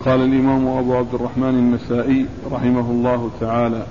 قال الإمام أبو عبد الرحمن النسائي رحمه الله تعالى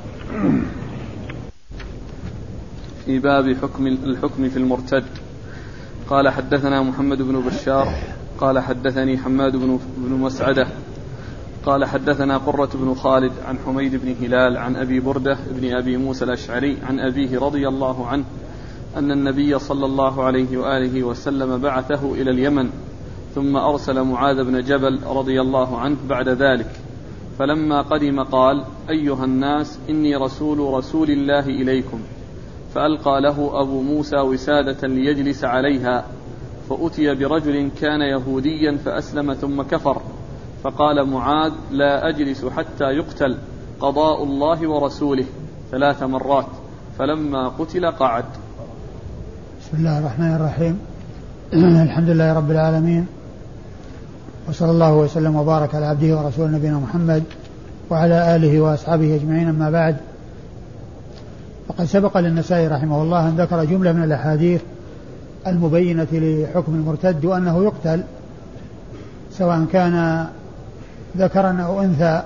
في باب الحكم في المرتد. قال حدثنا محمد بن بشار قال حدثني حماد بن مسعدة قال حدثنا قرة بن خالد عن حميد بن هلال عن أبي بردة بن أبي موسى الأشعري عن أبيه رضي الله عنه أن النبي صلى الله عليه وآله وسلم بعثه إلى اليمن ثم أرسل معاذ بن جبل رضي الله عنه بعد ذلك، فلما قدم قال: أيها الناس إني رسول الله إليكم، فألقى له أبو موسى وسادة ليجلس عليها، فأتي برجل كان يهوديا فأسلم ثم كفر، فقال معاذ: لا أجلس حتى يقتل، قضاء الله ورسوله 3 مرات، فلما قتل قعد. بسم الله الرحمن الرحيم. الحمد لله رب العالمين، وصلى الله وسلم وبارك على عبده ورسوله نبينا محمد وعلى آله وأصحابه أجمعين، أما بعد. فقد سبق للنسائي رحمه الله أن ذكر جملة من الأحاديث المبينة لحكم المرتد وأنه يقتل سواء كان ذكرا أو أنثى،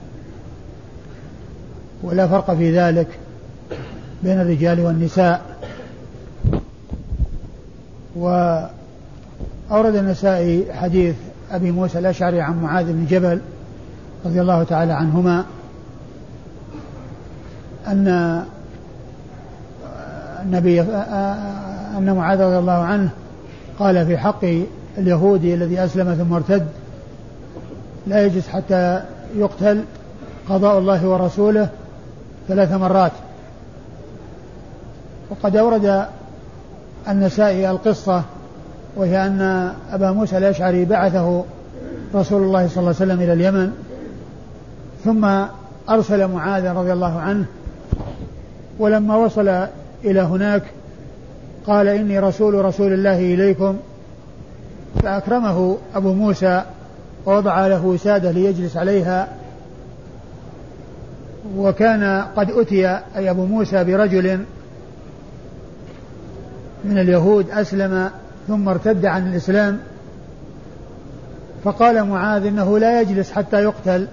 ولا فرق في ذلك بين الرجال والنساء. وأورد النسائي حديث أبي موسى الأشعري عن معاذ بن جبل رضي الله تعالى عنهما أن معاذ رضي الله عنه قال في حق اليهودي الذي أسلم ثم ارتد: لا يجلس حتى يقتل، قضاء الله ورسوله 3 مرات. وقد أورد النسائي القصة، وهي أن أبا موسى الأشعري بعثه رسول الله صلى الله عليه وسلم إلى اليمن، ثم أرسل معاذ رضي الله عنه، ولما وصل إلى هناك قال: إني رسول الله إليكم، فأكرمه أبو موسى ووضع له وسادة ليجلس عليها. وكان قد أتي أي أبو موسى برجل من اليهود أسلم ثم ارتد عن الإسلام، فقال معاذ: إنه لا يجلس حتى يقتل،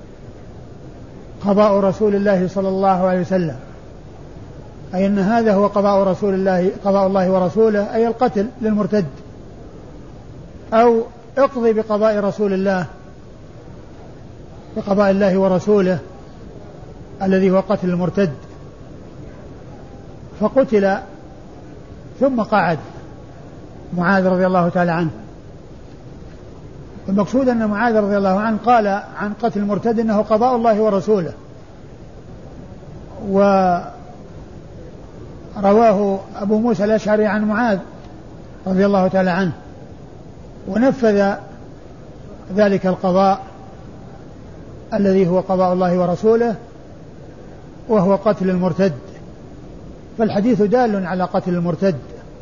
قضاء رسول الله صلى الله عليه وسلم، أي أن هذا هو قضاء الله ورسوله، أي القتل للمرتد، أو اقضي بقضاء رسول الله، بقضاء الله ورسوله الذي هو قتل المرتد. فقتل ثم قعد معاذ رضي الله تعالى عنه. المقصود أن معاذ رضي الله عنه قال عن قتل المرتد إنه قضاء الله ورسوله، ورواه أبو موسى الأشعري عن معاذ رضي الله تعالى عنه، ونفذ ذلك القضاء الذي هو قضاء الله ورسوله، وهو قتل المرتد. فالحديث دال على قتل المرتد.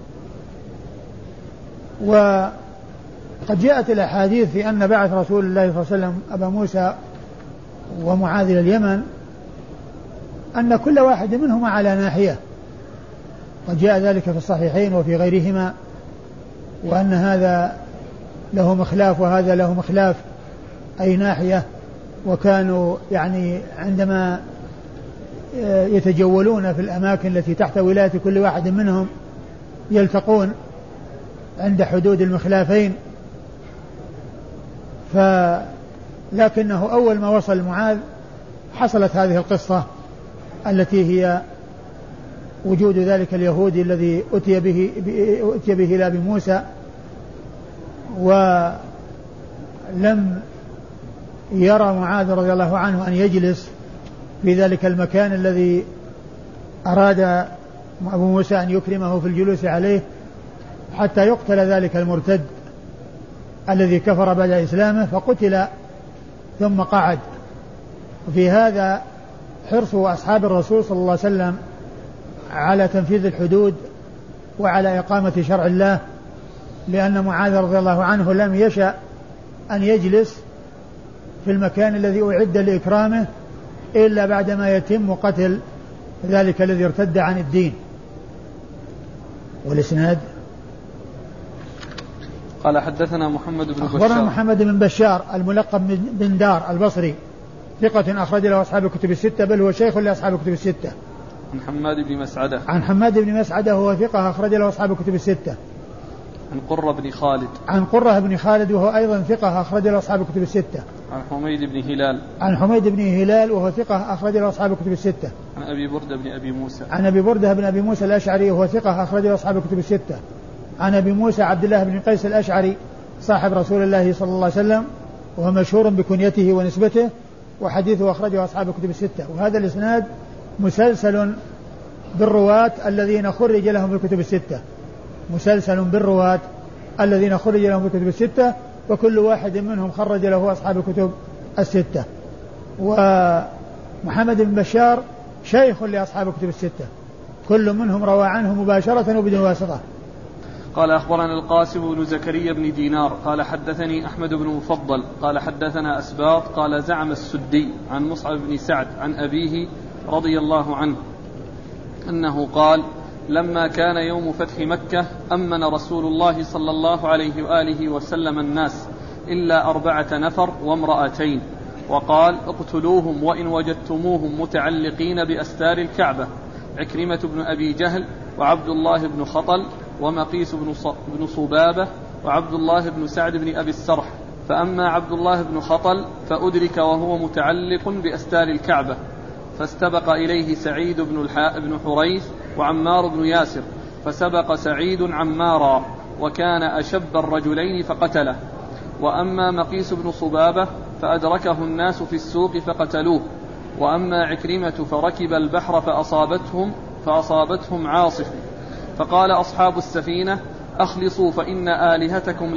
وقد جاءت الأحاديث في أن بعث رسول الله صلى الله عليه وسلم أبا موسى ومعاذ إلى اليمن، أن كل واحد منهما على ناحية، قد جاء ذلك في الصحيحين وفي غيرهما، وأن هذا له مخلاف وهذا له مخلاف، أي ناحية. وكانوا يعني عندما يتجولون في الأماكن التي تحت ولاية كل واحد منهم يلتقون عند حدود المخلافين. لكنه أول ما وصل معاذ حصلت هذه القصة التي هي وجود ذلك اليهودي الذي أتي به إلى أبي موسى، ولم يرى معاذ رضي الله عنه أن يجلس في ذلك المكان الذي أراد أبو موسى أن يكرمه في الجلوس عليه حتى يقتل ذلك المرتد الذي كفر بعد إسلامه، فقتل ثم قعد. وفي هذا حرص أصحاب الرسول صلى الله عليه وسلم على تنفيذ الحدود وعلى إقامة شرع الله، لأن معاذ رضي الله عنه لم يشأ أن يجلس في المكان الذي أعد لإكرامه إلا بعدما يتم قتل ذلك الذي ارتد عن الدين. والإسناد: قال حدثنا محمد بن بشار. أخبرنا محمد بن بشار الملقب بن دار البصري ثقة أخرج له أصحاب الكتب الستة بل هو شيخ لأصحاب الكتب الستة. عن حماد بن مسعدة. عن حماد بن مسعدة وهو ثقة أخرج له أصحاب الكتب الستة. عن قرة بن خالد. عن قرة بن خالد وهو أيضا ثقة أخرج له أصحاب الكتب الستة. عن حميد بن هلال. عن حميد بن هلال وهو ثقة أخرج له أصحاب الكتب الستة. عن أبي بردة بن أبي موسى. عن أبي بردة بن أبي موسى الأشعري وهو ثقة أخرج له أصحاب الكتب الستة. عن أبي موسى عبد الله بن قيس الأشعري صاحب رسول الله صلى الله عليه وسلم وهو مشهور بكنيته ونسبته وحديثه أخرجه أصحاب الكتب الستة. وهذا الإسناد مسلسل بالرواة الذين خرج لهم في الكتب الستة. مسلسل بالرواة الذين خرج لهم في الكتب الستة وكل واحد منهم خرج له أصحاب الكتب الستة. ومحمد بن بشار شيخ لأصحاب الكتب الستة كل منهم روى عنه مباشرة وبدون واسطة. قال أخبرنا القاسم بن زكريا بن دينار قال حدثني أحمد بن مفضل قال حدثنا أسباط قال زعم السدي عن مصعب بن سعد عن أبيه رضي الله عنه أنه قال لما كان يوم فتح مكة أمن رسول الله صلى الله عليه وآله وسلم الناس إلا 4 نفر وامرأتين وقال اقتلوهم وإن وجدتموهم متعلقين بأستار الكعبة عكرمة بن أبي جهل وعبد الله بن خطل ومقيس بن صبابة وعبد الله بن سعد بن أبي السرح. فأما عبد الله بن خطل فأدرك وهو متعلق بأستار الكعبة فاستبق إليه سعيد بن حريث وعمار بن ياسر فسبق سعيد عمارا وكان أشب الرجلين فقتله. وأما مقيس بن صبابة فأدركه الناس في السوق فقتلوه. وأما عكرمة فركب البحر فأصابتهم عاصف فقال أصحاب السفينة أخلصوا فإن آلهتكم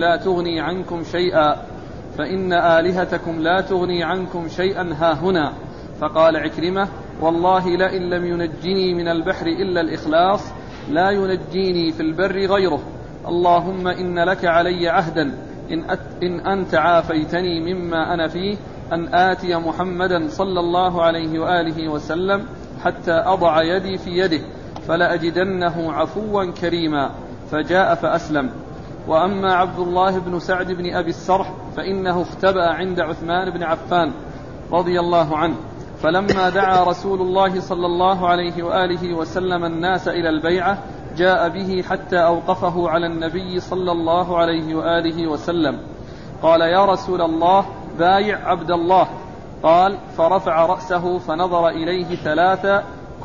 لا تغني عنكم شيئا هاهنا. فقال عكرمة والله لئن لم ينجني من البحر إلا الإخلاص لا ينجيني في البر غيره. اللهم إن لك علي عهدا إن أنت عافيتني مما أنا فيه أن آتي محمدا صلى الله عليه وآله وسلم حتى أضع يدي في يده فلأجدنه عفوا كريما. فجاء فأسلم. وأما عبد الله بن سعد بن أبي السرح فإنه اختبأ عند عثمان بن عفان رضي الله عنه فلما دعا رسول الله صلى الله عليه وآله وسلم الناس إلى البيعة جاء به حتى أوقفه على النبي صلى الله عليه وآله وسلم. قال يا رسول الله بايع عبد الله. قال فرفع رأسه فنظر إليه 3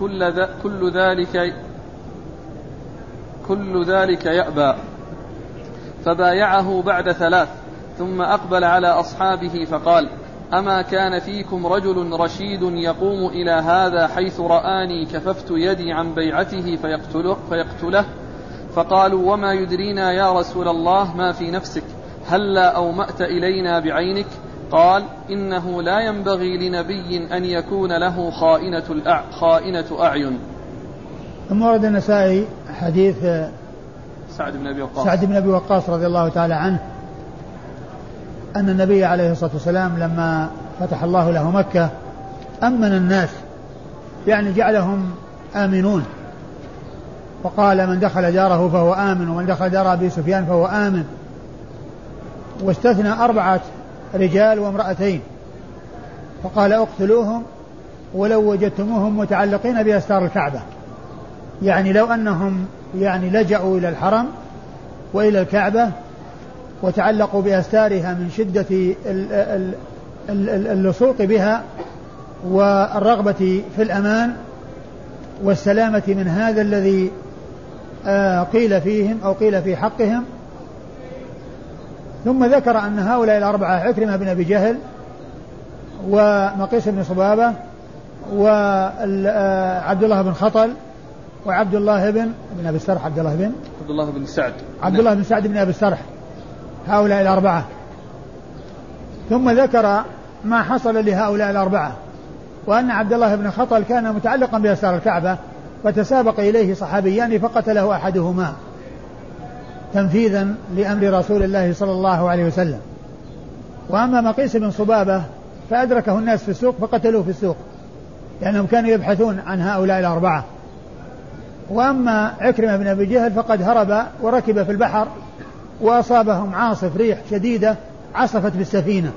كل ذلك يأبى فبايعه بعد 3 ثم أقبل على أصحابه فقال أما كان فيكم رجل رشيد يقوم إلى هذا حيث رآني كففت يدي عن بيعته فيقتله. فقالوا وما يدرينا يا رسول الله ما في نفسك هلا أومأت إلينا بعينك. قال إنه لا ينبغي لنبي أن يكون له خائنة أعين. ثم ورد النسائي حديث سعد بن أبي وقاص رضي الله تعالى عنه أن النبي عليه الصلاة والسلام لما فتح الله له مكة أمن الناس يعني جعلهم آمنون وقال من دخل داره فهو آمن ومن دخل دار أبي سفيان فهو آمن واستثنى 4 رجال وامرأتين فقال اقتلوهم ولو وجدتموهم متعلقين بأستار الكعبة يعني لو أنهم يعني لجأوا إلى الحرم وإلى الكعبة وتعلقوا بأستارها من شدة اللصوق بها والرغبة في الأمان والسلامة من هذا الذي قيل فيهم أو قيل في حقهم. ثم ذكر أن هؤلاء 4 عكرمة بن أبي جهل ومقيس بن صبابة وعبد الله بن خطل وعبد الله بن أبي السرح عبد الله بن سعد بن أبي السرح هؤلاء 4. ثم ذكر ما حصل لهؤلاء 4 وأن عبد الله بن خطل كان متعلقا بأستار الكعبة فتسابق إليه صحابيان فقتله أحدهما تنفيذا لأمر رسول الله صلى الله عليه وسلم. وأما مقيس بن صبابة فأدركه الناس في السوق فقتلوه في السوق لأنهم كانوا يبحثون عن هؤلاء 4. وأما عكرمة بن أبي جهل فقد هرب وركب في البحر وأصابهم عاصف ريح شديدة عصفت بالسفينة،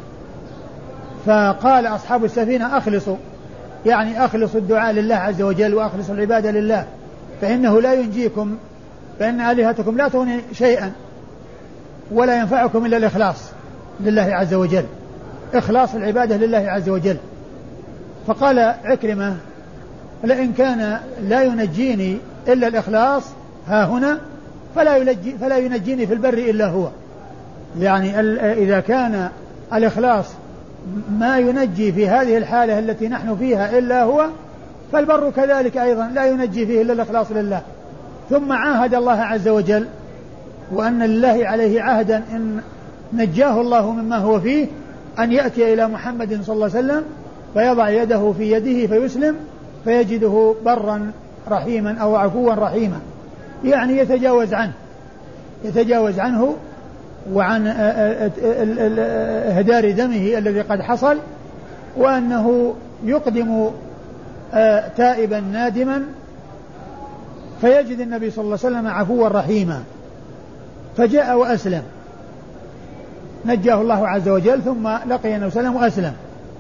فقال أصحاب السفينة أخلصوا، يعني أخلصوا الدعاء لله عز وجل وأخلصوا العبادة لله، فإنه لا ينجيكم، فإن آلهتكم لا تغني شيئا ولا ينفعكم إلا الإخلاص لله عز وجل، إخلاص العبادة لله عز وجل. فقال عكرمة لئن كان لا ينجيني إلا الإخلاص ها هنا فلا ينجيني في البر إلا هو، يعني إذا كان الإخلاص ما ينجي في هذه الحالة التي نحن فيها إلا هو، فالبر كذلك أيضا لا ينجي فيه إلا الإخلاص لله. ثم عاهد الله عز وجل وأن لله عليه عهدا إن نجاه الله مما هو فيه أن يأتي إلى محمد صلى الله عليه وسلم فيضع يده في يده فيسلم فيجده برا رحيما أو عفوا رحيما، يعني يتجاوز عنه وعن إهدار دمه الذي قد حصل، وأنه يقدم تائبا نادما فيجد النبي صلى الله عليه وسلم عفوا رحيما، فجاء وأسلم، نجاه الله عز وجل ثم لقي النبي صلى الله عليه وسلم وأسلم.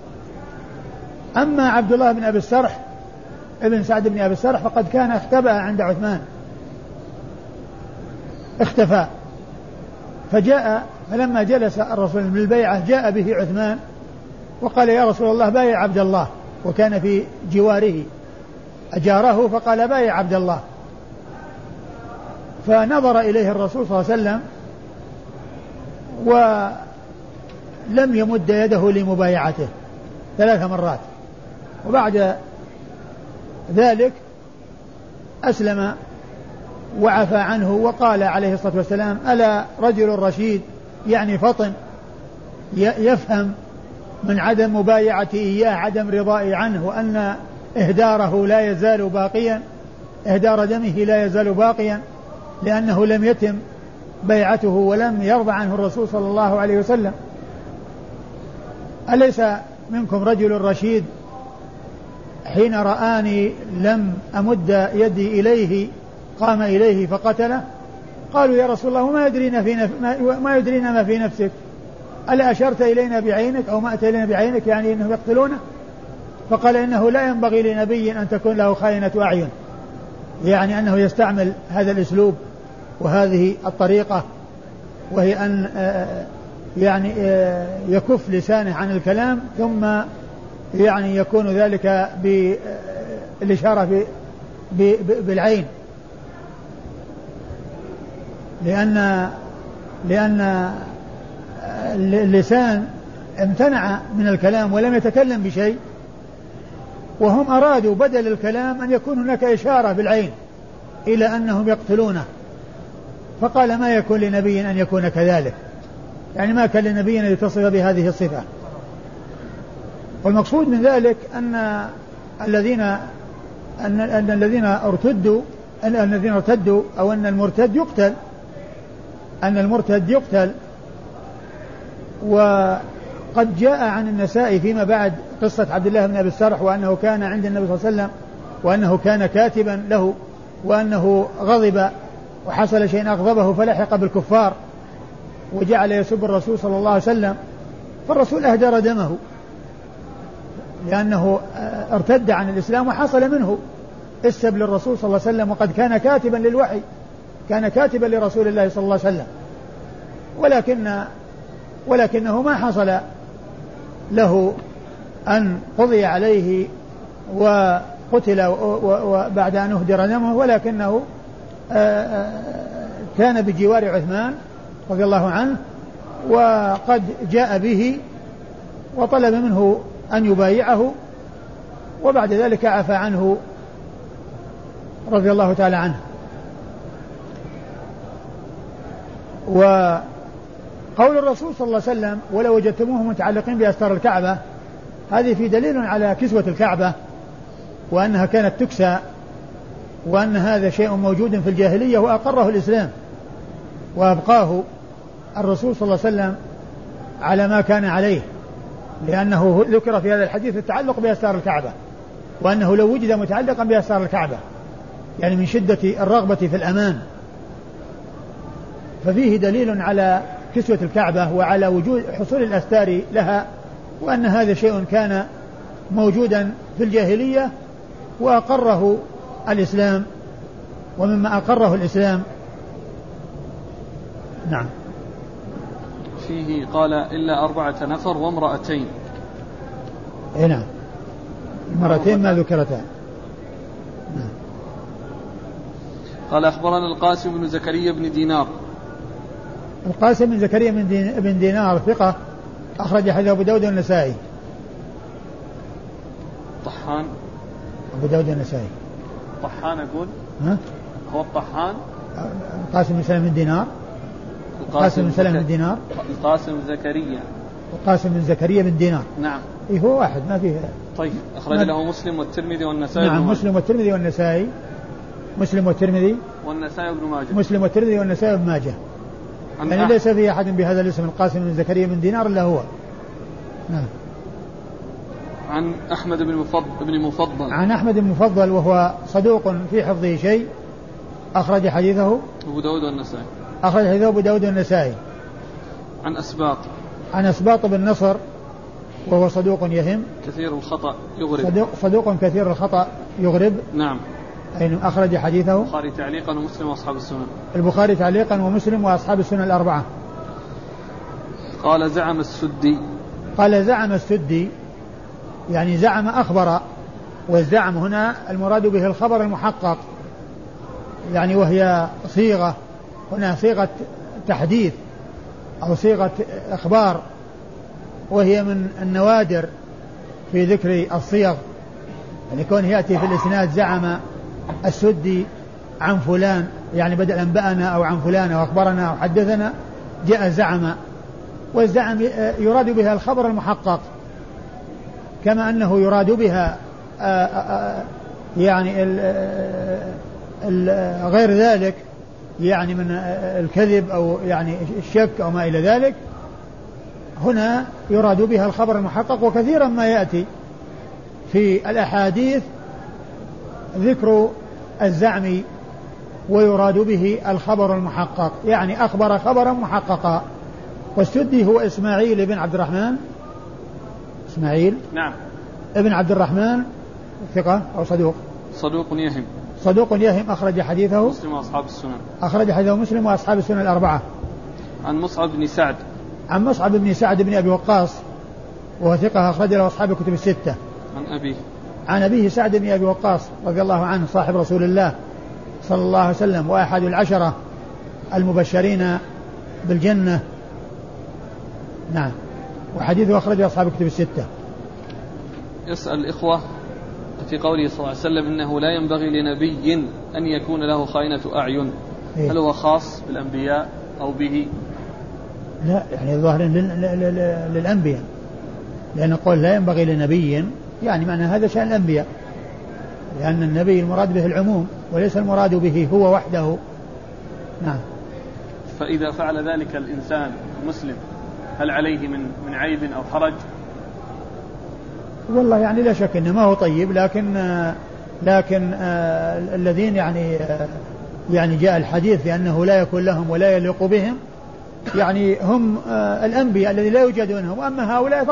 أما عبد الله بن أبي السرح ابن سعد بن أبي السرح فقد كان اختبأ عند عثمان، اختفى، فجاء فلما جلس الرسول بالبيعة جاء به عثمان وقال يا رسول الله بايع عبد الله، وكان في جواره أجاره فقال بايع عبد الله، فنظر إليه الرسول صلى الله عليه وسلم ولم يمد يده لمبايعته 3 مرات، وبعد ذلك أسلم وعفى عنه وقال عليه الصلاة والسلام ألا رجل رشيد، يعني فطن يفهم من عدم مبايعتي إياه عدم رضائي عنه، وأن إهداره لا يزال باقيا، إهدار دمه لا يزال باقيا لأنه لم يتم بيعته ولم يرضى عنه الرسول صلى الله عليه وسلم. أليس منكم رجل رشيد حين رآني لم أمد يدي إليه قام إليه فقتله؟ قالوا يا رسول الله ما يدرينا ما في نفسك، ألا أشرت إلينا بعينك أو ما أتى إلينا بعينك، يعني أنه يقتلونه؟ فقال إنه لا ينبغي لنبي أن تكون له خائنة أعين، يعني أنه يستعمل هذا الأسلوب وهذه الطريقة، وهي أن يعني يكف لسانه عن الكلام ثم يعني يكون ذلك بالإشارة بالعين، لأن اللسان امتنع من الكلام ولم يتكلم بشيء، وهم أرادوا بدل الكلام أن يكون هناك إشارة بالعين إلى أنهم يقتلونه، فقال ما يكون لنبي أن يكون كذلك، يعني ما كان لنبي أن يتصف بهذه الصفة. والمقصود من ذلك أن الذين ارتدوا أو أن المرتد يقتل، وقد جاء عن النسائي فيما بعد قصة عبد الله بن أبي السرح وأنه كان عند النبي صلى الله عليه وسلم وأنه كان كاتبا له وأنه غضب وحصل شيء أغضبه فلحق بالكفار وجعل يسب الرسول صلى الله عليه وسلم، فالرسول أهدر دمه لأنه ارتد عن الإسلام وحصل منه السب للرسول صلى الله عليه وسلم، وقد كان كاتبا للوحي، كان كاتبا لرسول الله صلى الله عليه وسلم، ولكنه ما حصل له أن قضي عليه وقتل وبعد أن أهدر دمه، ولكنه كان بجوار عثمان رضي الله عنه وقد جاء به وطلب منه أن يبايعه، وبعد ذلك عفى عنه رضي الله تعالى عنه. وقول الرسول صلى الله عليه وسلم ولو وجدتموه متعلقين بأستار الكعبة، هذه في دليل على كسوة الكعبة وأنها كانت تكسى، وأن هذا شيء موجود في الجاهلية وأقره الإسلام وأبقاه الرسول صلى الله عليه وسلم على ما كان عليه، لأنه ذكر في هذا الحديث التعلق بأستار الكعبة، وأنه لو وجد متعلقا بأستار الكعبة يعني من شدة الرغبة في الأمان ففيه دليل على كسوة الكعبة وعلى وجود حصول الأستار لها، وأن هذا شيء كان موجودا في الجاهلية وأقره الإسلام، ومما أقره الإسلام. نعم. فيه قال إلا 4 نفر وامرأتين. نعم، مرتين ما ذكرتان. نعم. قال أخبرنا القاسم بن زكريا بن دينار. القاسم بن زكريا بن دينار ثقة، أخرج حديث أبو داود والنسائي. طحان. أبو داود والنسائي. طحان أقول. ها؟ هو الطحان. القاسم بن سلم بن دينار. القاسم بن سلم بن دينار. القاسم زكريا. القاسم بن زكريا بن دينار. نعم. إيه هو واحد ما فيه. طيب أخرج له مسلم والترمذي والنسائي. نعم، مسلم والترمذي والنسائي. مسلم والترمذي والنسائي وابن ماجه. مسلم والترمذي والنسائي وابن ماجه. يعني ليس في أحد بهذا الاسم القاسم بن زكريا بن دينار إلا هو. نعم. عن أحمد بن مفضل. عن أحمد بن مفضل وهو صدوق في حفظه شيء، أخرج حديثه أبو داود والنسائي. أخرج حديثه أبو داود والنسائي. عن أسباط. عن أسباط بن نصر وهو صدوق يهم كثير الخطأ يغرب. صدوق كثير الخطأ يغرب. نعم. أين أخرج حديثه البخاري تعليقا ومسلم وأصحاب السنن. البخاري تعليقا ومسلم وأصحاب السنن الأربعة. قال زعم السدي. قال زعم السدي يعني زعم أخبر، والزعم هنا المراد به الخبر المحقق، يعني وهي صيغة، هنا صيغة تحديث أو صيغة إخبار، وهي من النوادر في ذكر الصيغ، يعني كون يأتي في الإسناد زعم السدي عن فلان، يعني بدل أنبأنا أو عن فلان أو أخبرنا أو حدثنا، جاء زعم. والزعم يراد بها الخبر المحقق، كما أنه يراد بها يعني غير ذلك، يعني من الكذب أو يعني الشك أو ما إلى ذلك. هنا يراد بها الخبر المحقق، وكثيرا ما يأتي في الأحاديث ذكر الزعم ويراد به الخبر المحقق، يعني أخبر خبرا محققا. والسدي هو إسماعيل بن عبد الرحمن، إسماعيل نعم ابن عبد الرحمن، ثقة أو صدوق؟ صدوق يهم. صدوق يهم، أخرج حديثه مسلم وأصحاب السنن. أخرج حديثه مسلم وأصحاب السنن الأربعة. عن مصعب بن سعد. عن مصعب بن سعد بن أبي وقاص وهو ثقة، أخرج له أصحاب الكتب الستة. عن أبيه. عن أبيه سعد بن أبي وقاص رضي الله عنه، صاحب رسول الله صلى الله عليه وسلم، وأحد العشرة المبشرين بالجنة. نعم. وحديثه أخرجه أصحاب الكتب الستة. يسأل الإخوة في قوله صلى الله عليه وسلم إنه لا ينبغي لنبي أن يكون له خائنة أعين، هل هو خاص بالأنبياء أو به؟ لا، يعني ظاهر للأنبياء، لأن قول لا ينبغي لنبي يعني معنى هذا شأن الأنبياء، لأن النبي المراد به العموم وليس المراد به هو وحده. نعم. فإذا فعل ذلك الإنسان المسلم هل عليه من عيب أو حرج؟ والله يعني لا شك إنه ما هو طيب، لكن الذين يعني جاء الحديث بأنه لا يكون لهم ولا يليق بهم، يعني هم الأنبياء الذي لا يوجد منهم، وأما هؤلاء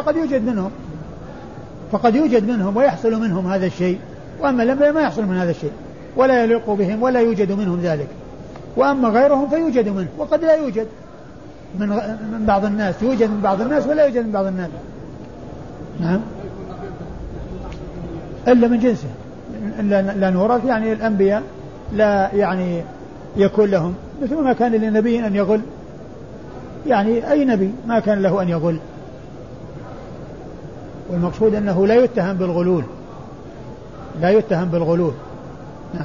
فقد يوجد منهم ويحصل منهم هذا الشيء، وأما الأنبياء ما يحصل من هذا الشيء ولا يليق بهم ولا يوجد منهم ذلك، وأما غيرهم فيوجد منه وقد لا يوجد من بعض الناس، يوجد من بعض الناس ولا يوجد من بعض الناس. نعم. إلا من جنسه، لا نورث، يعني الأنبياء لا يعني يكون لهم مثل ما كان للنبي أن يغل، يعني أي نبي ما كان له أن يغل، والمقصود أنه لا يتهم بالغلول، لا يتهم بالغلول. نعم.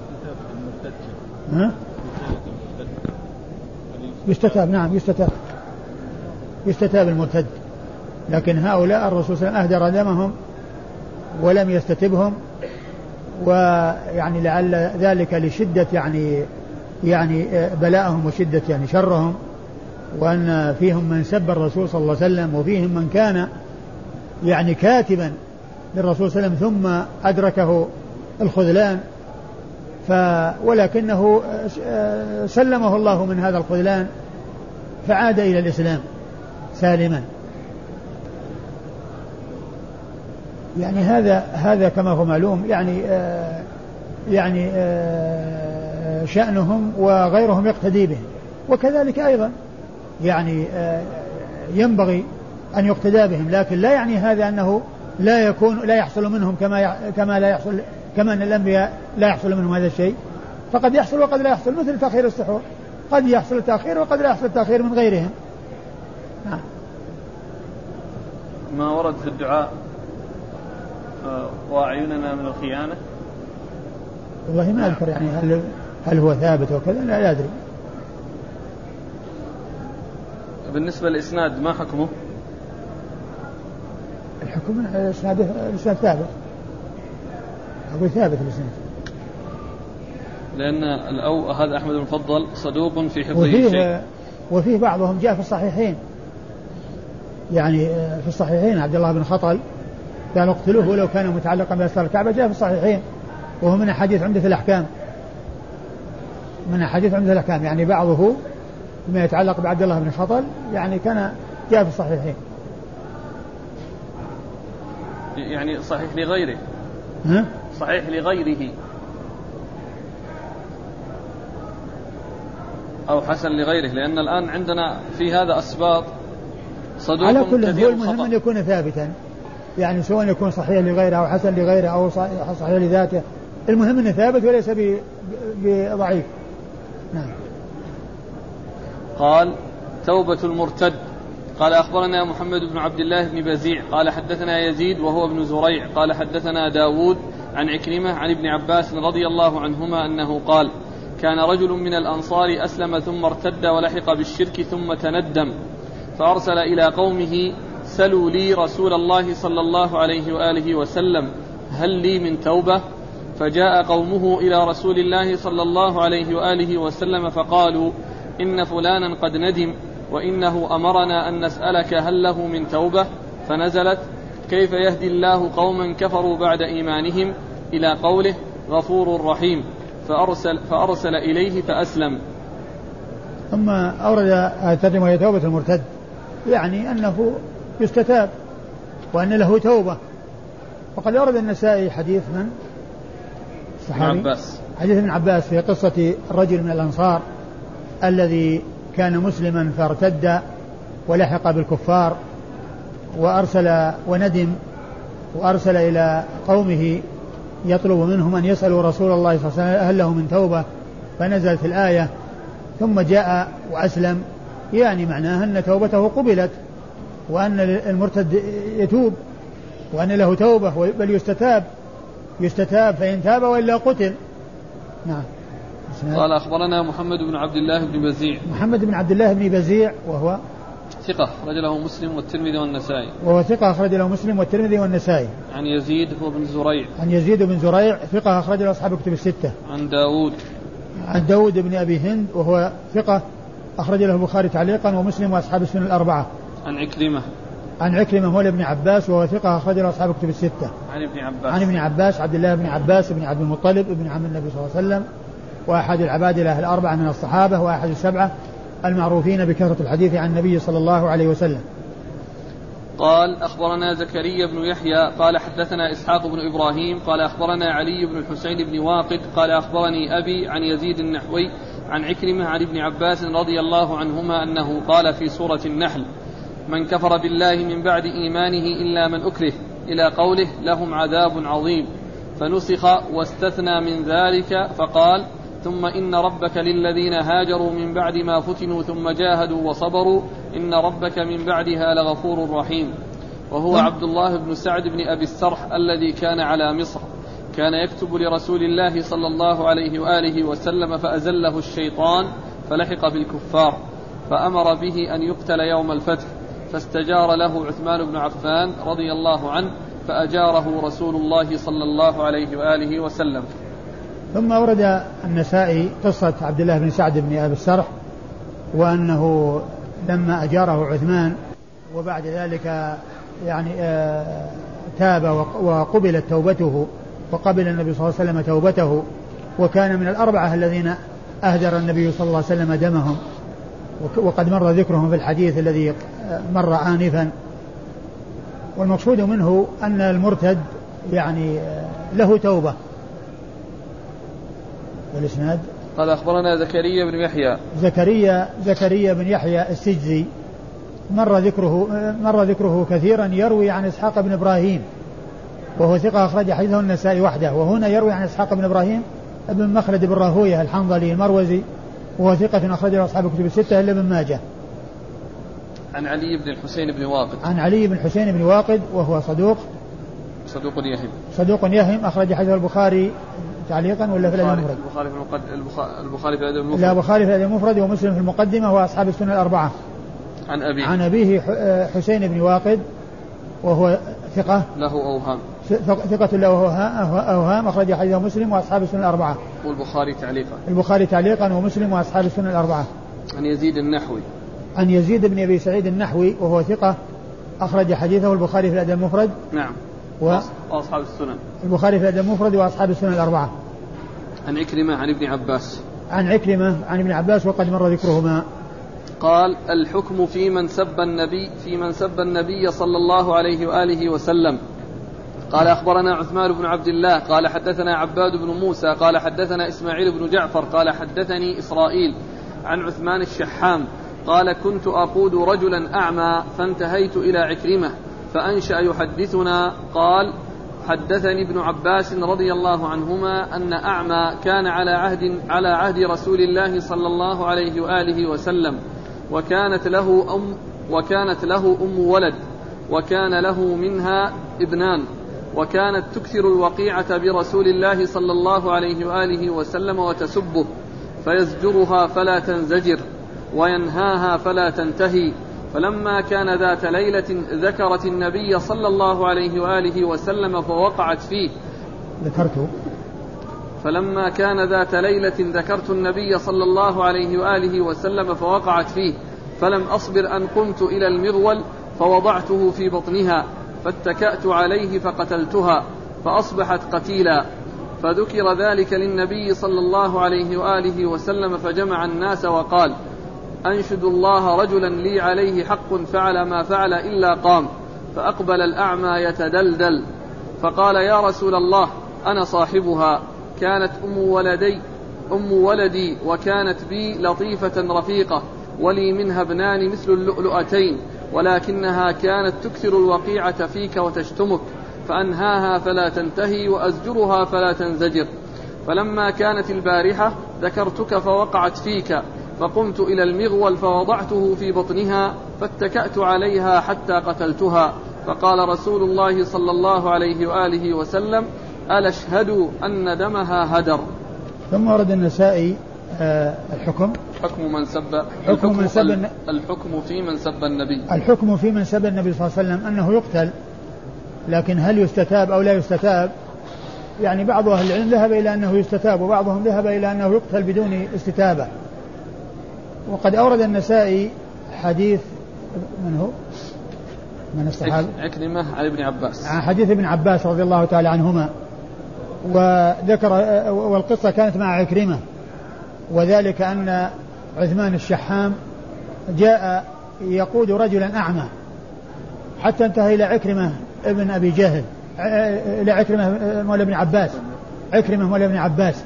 يستتاب، نعم يستتاب المرتد، لكن هؤلاء الرسول صلى الله عليه وسلم أهدر دمهم ولم يستتبهم، ويعني لعل ذلك لشدة يعني بلاءهم وشدة يعني شرهم، وأن فيهم من سب الرسول صلى الله عليه وسلم، وفيهم من كان يعني كاتبا للرسول صلى الله عليه وسلم ثم أدركه الخذلان، ولكنه سلمه الله من هذا الخذلان فعاد إلى الإسلام سالما. يعني هذا كما هو معلوم يعني شأنهم وغيرهم يقتدي بهم، وكذلك أيضا يعني ينبغي أن يقتدى بهم، لكن لا يعني هذا أنه لا يحصل منهم كما أن الأنبياء لا يحصل منهم هذا الشيء، فقد يحصل وقد لا يحصل، مثل تأخير السحور، قد يحصل التأخير وقد لا يحصل التأخير من غيرهم. نعم. ما ورد في الدعاء وأعيننا من الخيانة، والله ما أذكر يعني هل هو ثابت وكذا، لا أدري. بالنسبة للإسناد ما حكمه؟ الحكم الإسناد ثابت، أقول ثابت الإسناد، لأن هذا أحمد المفضل صدوق في حفظه شيء، وفيه بعضهم جاء في الصحيحين، يعني في الصحيحين عبد الله بن خطل كان اقتلوه ولو كان متعلقا بأسرار الكعبة، جاء في الصحيحين وهو من أحاديث عمدة الأحكام، يعني بعضه ما يتعلق بعبد الله بن خطل يعني كان جاء في الصحيحين. يعني صحيح لغيره، صحيح لغيره أو حسن لغيره، لأن الآن عندنا في هذا أسباط صدوق على كل كثير المهم الخطأ، أن يكون ثابتا، يعني سواء يكون صحيح لغيره أو حسن لغيره أو صحيح لذاته، المهم أنه ثابت وليس بضعيف. نعم. قال توبة المرتد. قال أخبرنا محمد بن عبد الله بن بزيع قال حدثنا يزيد وهو ابن زريع قال حدثنا داود عن عكرمة عن ابن عباس رضي الله عنهما أنه قال كان رجل من الأنصار أسلم ثم ارتد ولحق بالشرك ثم تندم فأرسل إلى قومه سلوا لي رسول الله صلى الله عليه وآله وسلم هل لي من توبة؟ فجاء قومه إلى رسول الله صلى الله عليه وآله وسلم فقالوا إن فلانا قد ندم وإنه أمرنا أن نسألك هل له من توبة؟ فنزلت كيف يهدي الله قوما كفروا بعد إيمانهم إلى قوله غفور رحيم فأرسل إليه فأسلم. ثم أورد الترجمة وهي توبة المرتد، يعني أنه يستتاب وأن له توبة. وقد أورد النسائي حديث من الصحابي حديث ابن عباس في قصة الرجل من الأنصار الذي كان مسلما فارتد ولحق بالكفار وأرسل وندم وأرسل إلى قومه يطلب منهم أن يسألوا رسول الله صلى الله عليه وسلم هل له من توبة؟ فنزلت الآية ثم جاء وأسلم، يعني معناها أن توبته قبلت وأن المرتد يتوب وأن له توبة، بل يستتاب فإن تاب وإلا قتل. نعم. قال أخبرنا محمد بن عبد الله بن بزيع. محمد بن عبد الله بن بزيع وهو ثقة أخرج له مسلم والترمذي والنسائي. وهو ثقة أخرج له مسلم والترمذي والنسائي. عن يزيد هو بن زريع. عن يزيد بن زريع ثقة أخرج له أصحاب الكتب الستة. عن داود بن أبي هند وهو ثقة أخرج له البخاري تعليقا ومسلم وأصحاب السنن الأربعة. عن عكرمة مولى ابن عباس وهو ثقة أخرج له أصحاب الكتب الستة. عن ابن عباس عبد الله بن عباس بن عبد المطلب ابن عم النبي صلى الله عليه وسلم وأحد العبادلة الأربعة من الصحابة وأحد السبعة المعروفين بكثرة الحديث عن النبي صلى الله عليه وسلم. قال أخبرنا زكريا بن يحيى قال حدثنا إسحاق بن إبراهيم قال أخبرنا علي بن الحسين بن واقد قال أخبرني أبي عن يزيد النحوي عن عكرمة عن ابن عباس رضي الله عنهما أنه قال في سورة النحل من كفر بالله من بعد إيمانه إلا من أكره إلى قوله لهم عذاب عظيم، فنسخ واستثنى من ذلك فقال ثم إن ربك للذين هاجروا من بعد ما فتنوا ثم جاهدوا وصبروا إن ربك من بعدها لغفور رحيم. وهو عبد الله بن سعد بن أبي السرح الذي كان على مصر، كان يكتب لرسول الله صلى الله عليه وآله وسلم فأزله الشيطان فلحق بالكفار فأمر به أن يقتل يوم الفتح، فاستجار له عثمان بن عفان رضي الله عنه فأجاره رسول الله صلى الله عليه وآله وسلم. ثم أورد النسائي قصة عبد الله بن سعد بن أبي السرح وأنه لما أجاره عثمان وبعد ذلك يعني تاب وقبلت توبته وقبل النبي صلى الله عليه وسلم توبته وكان من الأربعة الذين أهدر النبي صلى الله عليه وسلم دمهم، وقد مر ذكرهم في الحديث الذي مر آنفا. والمقصود منه أن المرتد يعني له توبة. والإسناد قال أخبرنا زكريا بن يحيى. زكريا بن يحيى السجزي مر ذكره كثيرا، يروي عن إسحاق بن إبراهيم وهو ثقة أخرج حديثه النسائي وحده، وهنا يروي عن إسحاق بن إبراهيم ابن مخلد بن راهويه الحنظلي المروزي وهو ثقة أخرجه أصحاب الكتب الستة إلا ابن ماجه. عن علي بن الحسين بن واقد. عن علي بن الحسين بن واقد وهو صدوق يهم أخرج حديثه البخاري تعليقا ولا في الأدب المفرد؟ البخاري في الأدب المفرد. لا، البخاري في الأدب المفرد ومسلم في المقدمة وأصحاب السنة الأربعة. عن أبيه حسين بن واقد وهو ثقة له أوهام أخرج حديثه مسلم وأصحاب السنة الأربعة. والبخاري تعليقا ومسلم وأصحاب السنة الأربعة. عن يزيد بن أبي سعيد النحوي وهو ثقة أخرج حديثه البخاري في الأدب المفرد. نعم. وأصحاب السنن. البخاري في الأدب المفرد وأصحاب السنن الأربعة. عن عكرمة عن ابن عباس. عن ابن عباس وقد مر ذكرهما. قال: الحكم في من سب النبي صلى الله عليه وآله وسلم. قال: أخبرنا عثمان بن عبد الله قال حدثنا عباد بن موسى قال حدثنا إسماعيل بن جعفر قال حدثني إسرائيل عن عثمان الشحام قال: كنت أقود رجلا أعمى فانتهيت إلى عكرمة فأنشأ يحدثنا قال: حدثني ابن عباس رضي الله عنهما أن أعمى كان على عهد رسول الله صلى الله عليه وآله وسلم، وكانت له أم ولد، وكان له منها ابنان، وكانت تكثر الوقيعة برسول الله صلى الله عليه وآله وسلم وتسبه، فيزجرها فلا تنزجر وينهاها فلا تنتهي. فلما كان ذات ليلة ذكرت النبي صلى الله عليه وآله وسلم فوقعت فيه. فلما كان ذات ليلة ذكرت النبي صلى الله عليه وآله وسلم فوقعت فيه، فلم أصبر أن قمت إلى المغول فوضعته في بطنها فاتكأت عليه فقتلتها فأصبحت قتيلا. فذكر ذلك للنبي صلى الله عليه وآله وسلم فجمع الناس وقال: أنشد الله رجلا لي عليه حق فعل ما فعل إلا قام. فأقبل الأعمى يتدلدل فقال: يا رسول الله، أنا صاحبها، كانت أم ولدي وكانت بي لطيفة رفيقة، ولي منها ابنان مثل اللؤلؤتين، ولكنها كانت تكثر الوقيعة فيك وتشتمك، فأنهاها فلا تنتهي وأزجرها فلا تنزجر. فلما كانت البارحة ذكرتك فوقعت فيك، فقمت إلى المغول فوضعته في بطنها فاتكأت عليها حتى قتلتها. فقال رسول الله صلى الله عليه وآله وسلم: ألا اشهدوا أن دمها هدر. ثم ورد النسائي الحكم في من سب النبي. الحكم في من سب النبي صلى الله عليه وسلم أنه يقتل، لكن هل يستتاب أو لا يستتاب؟ يعني بعض أهل العلم ذهب إلى أنه يستتاب، وبعضهم ذهب إلى أنه يقتل بدون استتابة. وقد أورد النسائي حديث من الصحابة؟ عكرمة عن ابن عباس، عن حديث ابن عباس رضي الله تعالى عنهما، وذكر والقصة كانت مع عكرمة، وذلك أن عثمان الشحام جاء يقود رجلا أعمى حتى انتهى إلى عكرمة ابن أبي جهل، إلى عكرمة مولى ابن عباس، عكرمة مولى ابن عباس.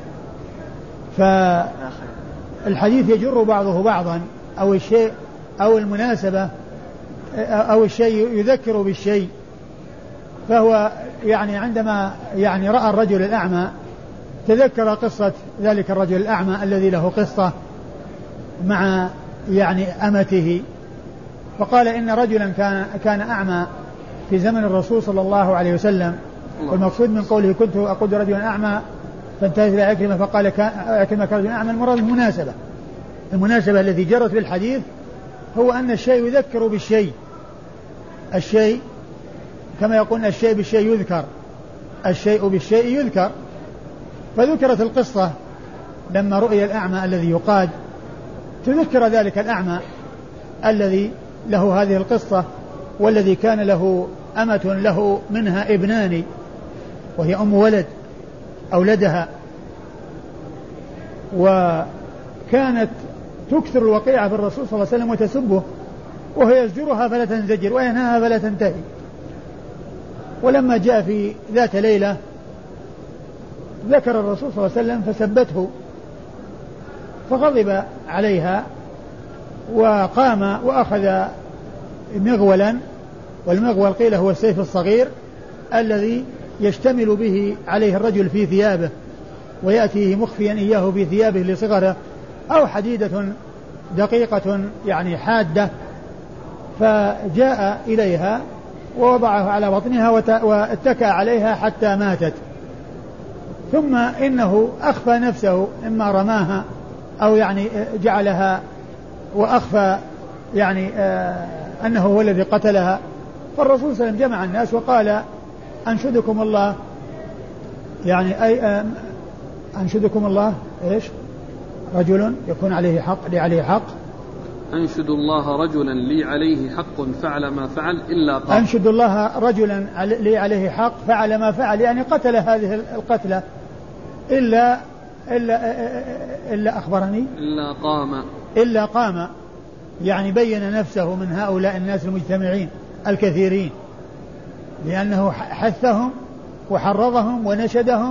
فالحديث يجر بعضه بعضا، أو الشيء أو المناسبة أو الشيء يذكر بالشيء. فهو يعني عندما يعني رأى الرجل الأعمى تذكر قصة ذلك الرجل الأعمى الذي له قصة مع يعني أمته، فقال إن رجلا كان أعمى في زمن الرسول صلى الله عليه وسلم. والمقصود من قوله كنت أقود رجلا أعمى فانتهت إلى عكرمة فقال عكرمة كرجل أعمى، المراد المناسبة التي جرت في الحديث هو أن الشيء يذكر بالشيء، الشيء كما يقول الشيء بالشيء يذكر، الشيء بالشيء يذكر. فذكرت القصة لما رؤي الأعمى الذي يقاد، تذكر ذلك الأعمى الذي له هذه القصة، والذي كان له أمة له منها ابنان وهي أم ولد أولدها، وكانت تكثر الوقيعة بالرسول صلى الله عليه وسلم وتسبه، وهو يزجرها فلا تنزجر وينهاها فلا تنتهي. ولما جاء في ذات ليلة ذكر الرسول صلى الله عليه وسلم فسبته، فغضب عليها وقام وأخذ مغولا، والمغول قيل هو السيف الصغير الذي يشتمل به عليه الرجل في ثيابه ويأتيه مخفيا إياه في ثيابه لصغره، أو حديدة دقيقة يعني حادة، فجاء إليها ووضعه على بطنها واتكى عليها حتى ماتت. ثم إنه أخفى نفسه، إما رماها أو يعني جعلها وأخفى يعني أنه هو الذي قتلها. فالرسول صلى الله عليه وسلم جمع الناس وقال أنشدكم الله، يعني أي أنشدكم الله إيش؟ رجل يكون عليه حق لي عليه حق. أنشد الله رجلا لي عليه حق فعل ما فعل إلا قام. أنشد الله رجلا لي عليه حق فعل ما فعل، يعني قتل هذه القتلة إلا أخبرني إلا قام، يعني بين نفسه من هؤلاء الناس المجتمعين الكثيرين، لأنه حثهم وحرضهم ونشدهم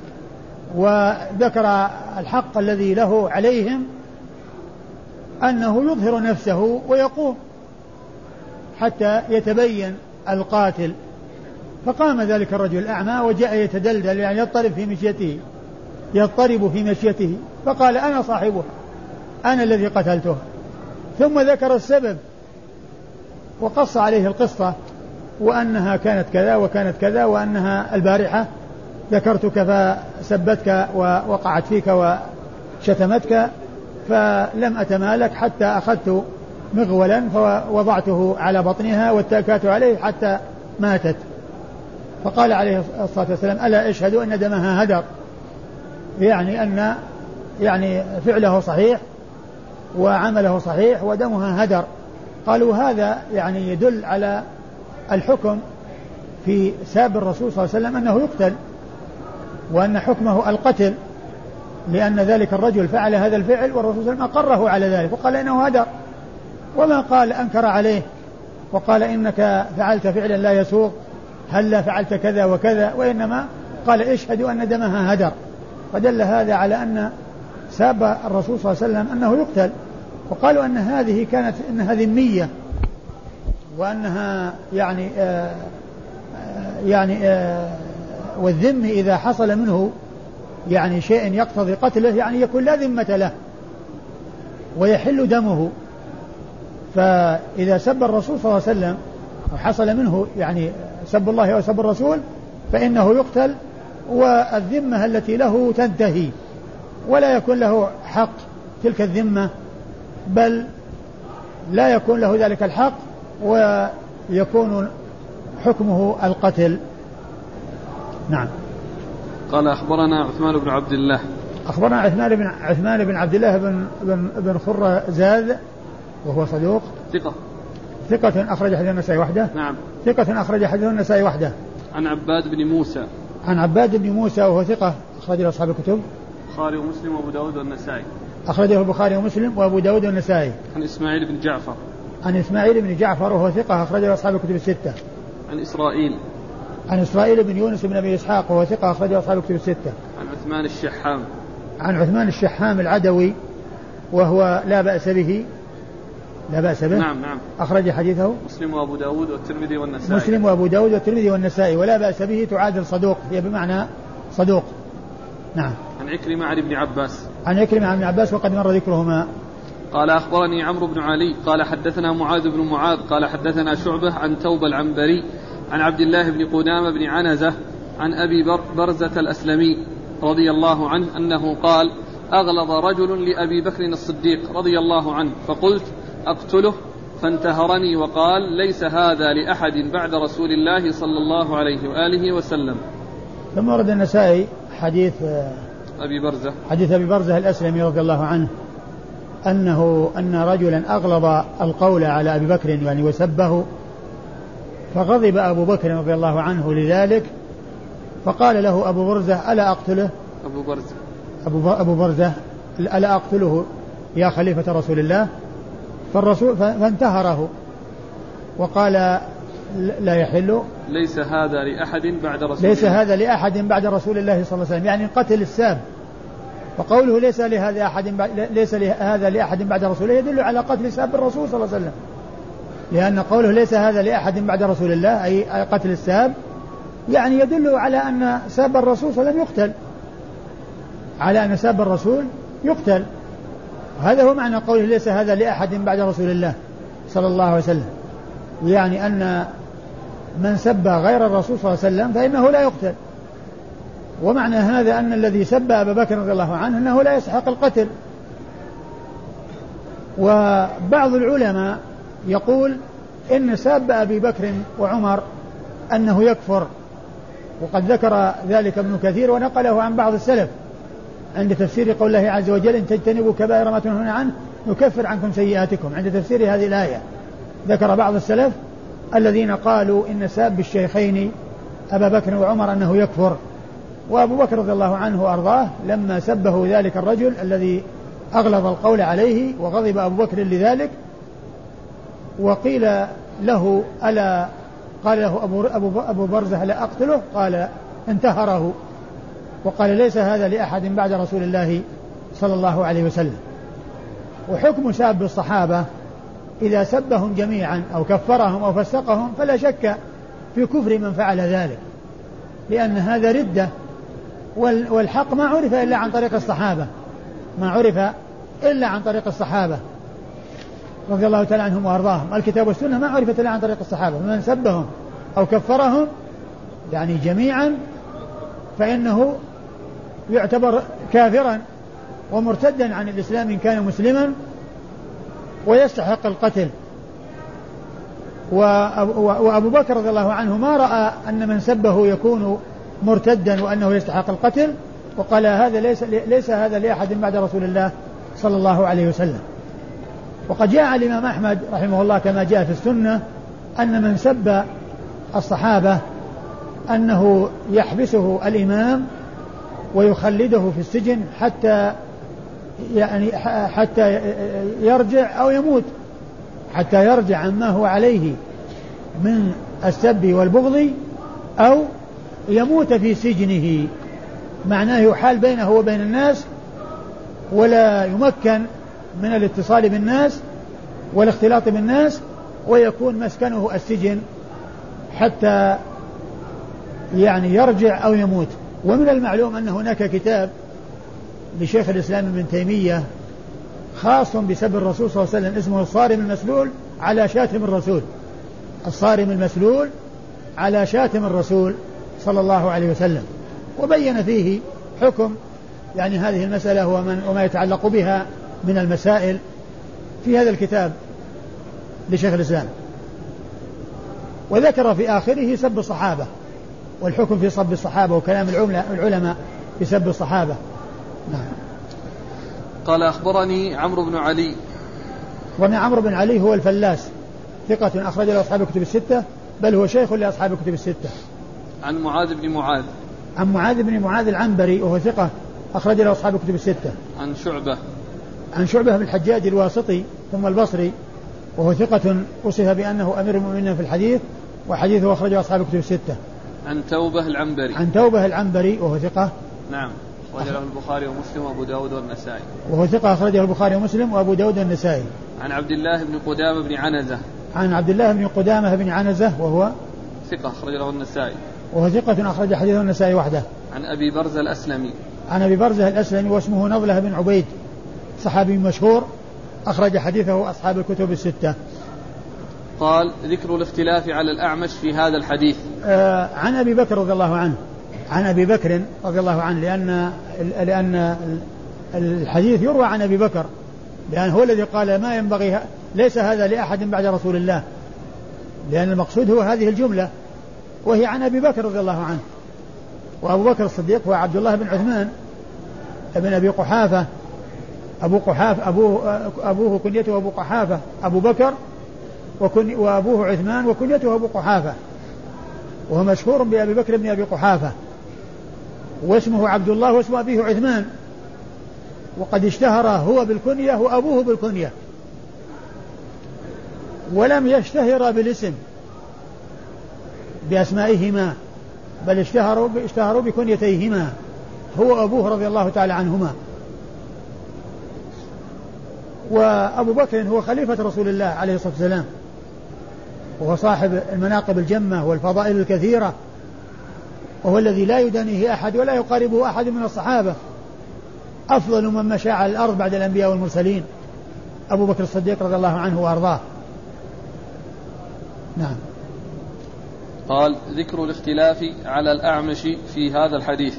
وذكر الحق الذي له عليهم، أنه يظهر نفسه ويقوم حتى يتبين القاتل. فقام ذلك الرجل الأعمى وجاء يتدلدل، يعني يضطرب في مشيته، فقال أنا صاحبها، أنا الذي قتلته. ثم ذكر السبب وقص عليه القصة، وأنها كانت كذا وكانت كذا، وأنها البارحة ذكرتك فسبتك ووقعت فيك وشتمتك، فلم أتمالك حتى أخذت مغولا فوضعته على بطنها واتكأت عليه حتى ماتت. فقال عليه الصلاة والسلام ألا أشهد أن دمها هدر، يعني أن يعني فعله صحيح وعمله صحيح ودمها هدر. قالوا هذا يعني يدل على الحكم في ساب الرسول صلى الله عليه وسلم أنه يقتل، وأن حكمه القتل، لأن ذلك الرجل فعل هذا الفعل والرسول صلى الله عليه وسلم أقره على ذلك وقال إنه هدر، وما قال أنكر عليه وقال إنك فعلت فعلا لا يسوق، هل فعلت كذا وكذا، وإنما قال اشهدوا أن دمها هدر. فدل هذا على أن ساب الرسول صلى الله عليه وسلم أنه يقتل. وقالوا أن هذه كانت إنها ذمية، وأنها والذم إذا حصل منه يعني شيء يقتضي قتله يعني يكون لا ذمة له ويحل دمه. فإذا سب الرسول صلى الله عليه وسلم وحصل منه يعني سب الله وسب الرسول فإنه يقتل، والذمة التي له تنتهي ولا يكون له حق تلك الذمة، بل لا يكون له ذلك الحق ويكون حكمه القتل. نعم. قال أخبرنا عثمان بن عبد الله. أخبرنا عثمان بن عبد الله بن خرزاذ وهو صدوق ثقة أخرج حديث النسائي وحده. نعم. ثقة أخرج حديث النسائي وحده. عن عباد بن موسى. عن عباد بن موسى وهو ثقة أخرج له أصحاب الكتب. البخاري ومسلم وأبو داود والنسائي. أخرجه البخاري ومسلم وأبو داود والنسائي. عن إسماعيل بن جعفر. عن إسماعيل بن جعفر وهو ثقة أخرجه أصحاب الكتب الستة. عن إسرائيل بن يونس بن أبي إسحاق وهو ثقة أخرجه أصحاب الكتب الستة. عن عثمان الشحام العدوي وهو لا بأس به. نعم. أخرج حديثه مسلم وأبو داود والترمذي والنسائي ولا بأس به تعادل صدوق، هي بمعنى صدوق. نعم. عن عكرمة عن ابن عباس وقد مر ذكرهما. قال أخبرني عمرو بن علي قال حدثنا معاذ بن معاذ قال حدثنا شعبة عن توبة العنبري عن عبد الله بن قدامة بن عنزة عن أبي برزة الأسلمي رضي الله عنه أنه قال أغلظ رجل لأبي بكر الصديق رضي الله عنه فقلت أقتله، فانتهرني وقال ليس هذا لأحد بعد رسول الله صلى الله عليه وآله وسلم. ثم ورد النسائي حديث أبي برزة الأسلمي رضي الله عنه أن رجلا أغلظ القول على أبي بكر يعني وسبه، فغضب أبو بكر رضي الله عنه لذلك، فقال له أبو برزة ألا أقتله؟ أبو برزة ألا أقتله يا خليفة رسول الله؟ فالرسول فانتهره وقال لا يحل، ليس هذا لأحد بعد رسول ليس هذا لأحد بعد رسول الله صلى الله عليه وسلم، يعني قتل الساب. وقوله ليس هذا لأحد بعد رسول الله يدل على قتل ساب الرسول صلى الله عليه وسلم، لأن قوله ليس هذا لأحد بعد رسول الله أي قتل الساب يعني يدل على أن ساب الرسول صلى الله عليه وسلم يقتل، على أن ساب الرسول يقتل. هذا هو معنى قوله ليس هذا لأحد بعد رسول الله صلى الله عليه وسلم، يعني أن من سب غير الرسول صلى الله عليه وسلم فإنه لا يقتل. ومعنى هذا أن الذي سب أبا بكر رضي الله عنه أنه لا يستحق القتل. وبعض العلماء يقول إن سب أبي بكر وعمر أنه يكفر، وقد ذكر ذلك ابن كثير ونقله عن بعض السلف عند تفسير قول الله عز وجل إن تجتنبوا كبائر ما تنهون عنه نكفر عنكم سيئاتكم. عند تفسير هذه الآية ذكر بعض السلف الذين قالوا إن ساب الشيخين أبا بكر وعمر أنه يكفر. وأبو بكر رضي الله عنه وأرضاه لما سبه ذلك الرجل الذي أغلظ القول عليه وغضب أبو بكر لذلك، وقيل له ألا قال له أبو برزة لا أقتله؟ قال انتهره وقال ليس هذا لأحد بعد رسول الله صلى الله عليه وسلم. وحكم ساب الصحابة إذا سبهم جميعا أو كفرهم أو فسقهم فلا شك في كفر من فعل ذلك، لأن هذا ردة، والحق ما عرف إلا عن طريق الصحابة، ما عرف إلا عن طريق الصحابة رضي الله تعالى عنهم وأرضاهم. الكتاب والسنة ما عرفت إلا عن طريق الصحابة، من سبهم أو كفرهم يعني جميعا فإنه يعتبر كافرا ومرتدا عن الإسلام إن كان مسلما ويستحق القتل. وأبو بكر رضي الله عنه ما رأى أن من سبه يكون مرتدا وأنه يستحق القتل، وقال هذا ليس هذا لأحد بعد رسول الله صلى الله عليه وسلم. وقد جاء الإمام أحمد رحمه الله كما جاء في السنة أن من سب الصحابة أنه يحبسه الإمام ويخلده في السجن حتى يرجع أو يموت، حتى يرجع عما هو عليه من السب والبغض أو يموت في سجنه. معناه يحال بينه وبين الناس ولا يمكن من الاتصال بالناس والاختلاط بالناس، ويكون مسكنه السجن حتى يعني يرجع أو يموت. ومن المعلوم أن هناك كتاب لشيخ الإسلام ابن تيمية خاص بسب الرسول صلى الله عليه وسلم اسمه الصارم المسلول على شاتم الرسول، الصارم المسلول على شاتم الرسول صلى الله عليه وسلم، وبين فيه حكم يعني هذه المسألة وما يتعلق بها من المسائل في هذا الكتاب لشيخ الإسلام. وذكر في آخره سب الصحابة والحكم في صب الصحابة وكلام العلماء في سب الصحابة. نعم. قال أخبرني عمرو بن علي. وأن عمرو بن علي هو الفلاس ثقة أخرج له أصحاب الكتب الستة، بل هو شيخ لأصحاب الكتب الستة. عن معاذ بن معاذ. عن معاذ بن معاذ العنبري وهو ثقة أخرج له أصحاب الكتب الستة. عن شعبة. عن شعبة بن الحجاج الواسطي ثم البصري وهو ثقة وصف بأنه أمير المؤمنين في الحديث وحديثه أخرجه أصحاب الكتب الستة. عن توبة العنبري. عن توبة العنبري وهو ثقة. نعم. أخرجه البخاري ومسلم وأبو داود والنسائي. وهو ثقة أخرجه البخاري ومسلم وأبو داود والنسائي. عن عبد الله بن قدامة بن عنزة. عن عبد الله بن قدامة بن عنزة وهو ثقة أخرجه النسائي. وهو ثقة أخرج حديثه النسائي وحده. عن أبي برزة الأسلمي. عن أبي برزة الأسلمي واسمه نضلة بن عبيد صحابي مشهور أخرج حديثه أصحاب الكتب الستة. قال ذكر الاختلاف على الأعمش في هذا الحديث. عن أبي بكر رضي الله عنه، عن أبي بكر رضي الله عنه، لأن الحديث يروى عن أبي بكر، لأن هو الذي قال ما ينبغي ليس هذا لأحد بعد رسول الله، لأن المقصود هو هذه الجملة وهي عن أبي بكر رضي الله عنه. وأبو بكر الصديق هو عبد الله بن عثمان ابن أبي قحافة، أبو قحافة أبوه كنيته أبو قحافة أبو بكر، وأبوه عثمان وكنيته أبو قحافة، وهو مشهور بأبي بكر بن أبي قحافة، واسمه عبد الله واسم أبيه عثمان، وقد اشتهر هو بالكنية وأبوه بالكنية، ولم يشتهر بالاسم بأسمائهما، بل اشتهروا بكنيتيهما هو وأبوه رضي الله تعالى عنهما. وأبو بكر هو خليفة رسول الله عليه الصلاة والسلام، وهو صاحب المناقب الجمة والفضائل الكثيرة، وهو الذي لا يدانيه أحد ولا يقاربه أحد من الصحابة، أفضل من مشى على الأرض بعد الأنبياء والمرسلين أبو بكر الصديق رضي الله عنه وأرضاه. نعم. قال: ذكر الاختلاف على الأعمش في هذا الحديث.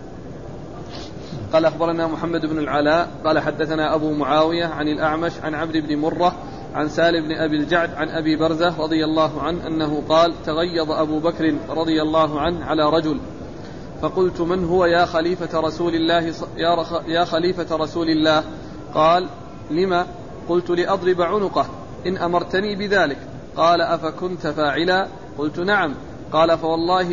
قال: أخبرنا محمد بن العلاء قال حدثنا أبو معاوية عن الأعمش عن عبد بن مرة عن سالم بن أبي الجعد عن أبي برزة رضي الله عنه أنه قال: تغيظ أبو بكر رضي الله عنه على رجل، فقلت: من هو يا خليفة رسول الله يا خليفة رسول الله؟ قال: لما؟ قلت: لأضرب عنقه إن أمرتني بذلك. قال: أفكنت فاعلا؟ قلت: نعم. قال: فوالله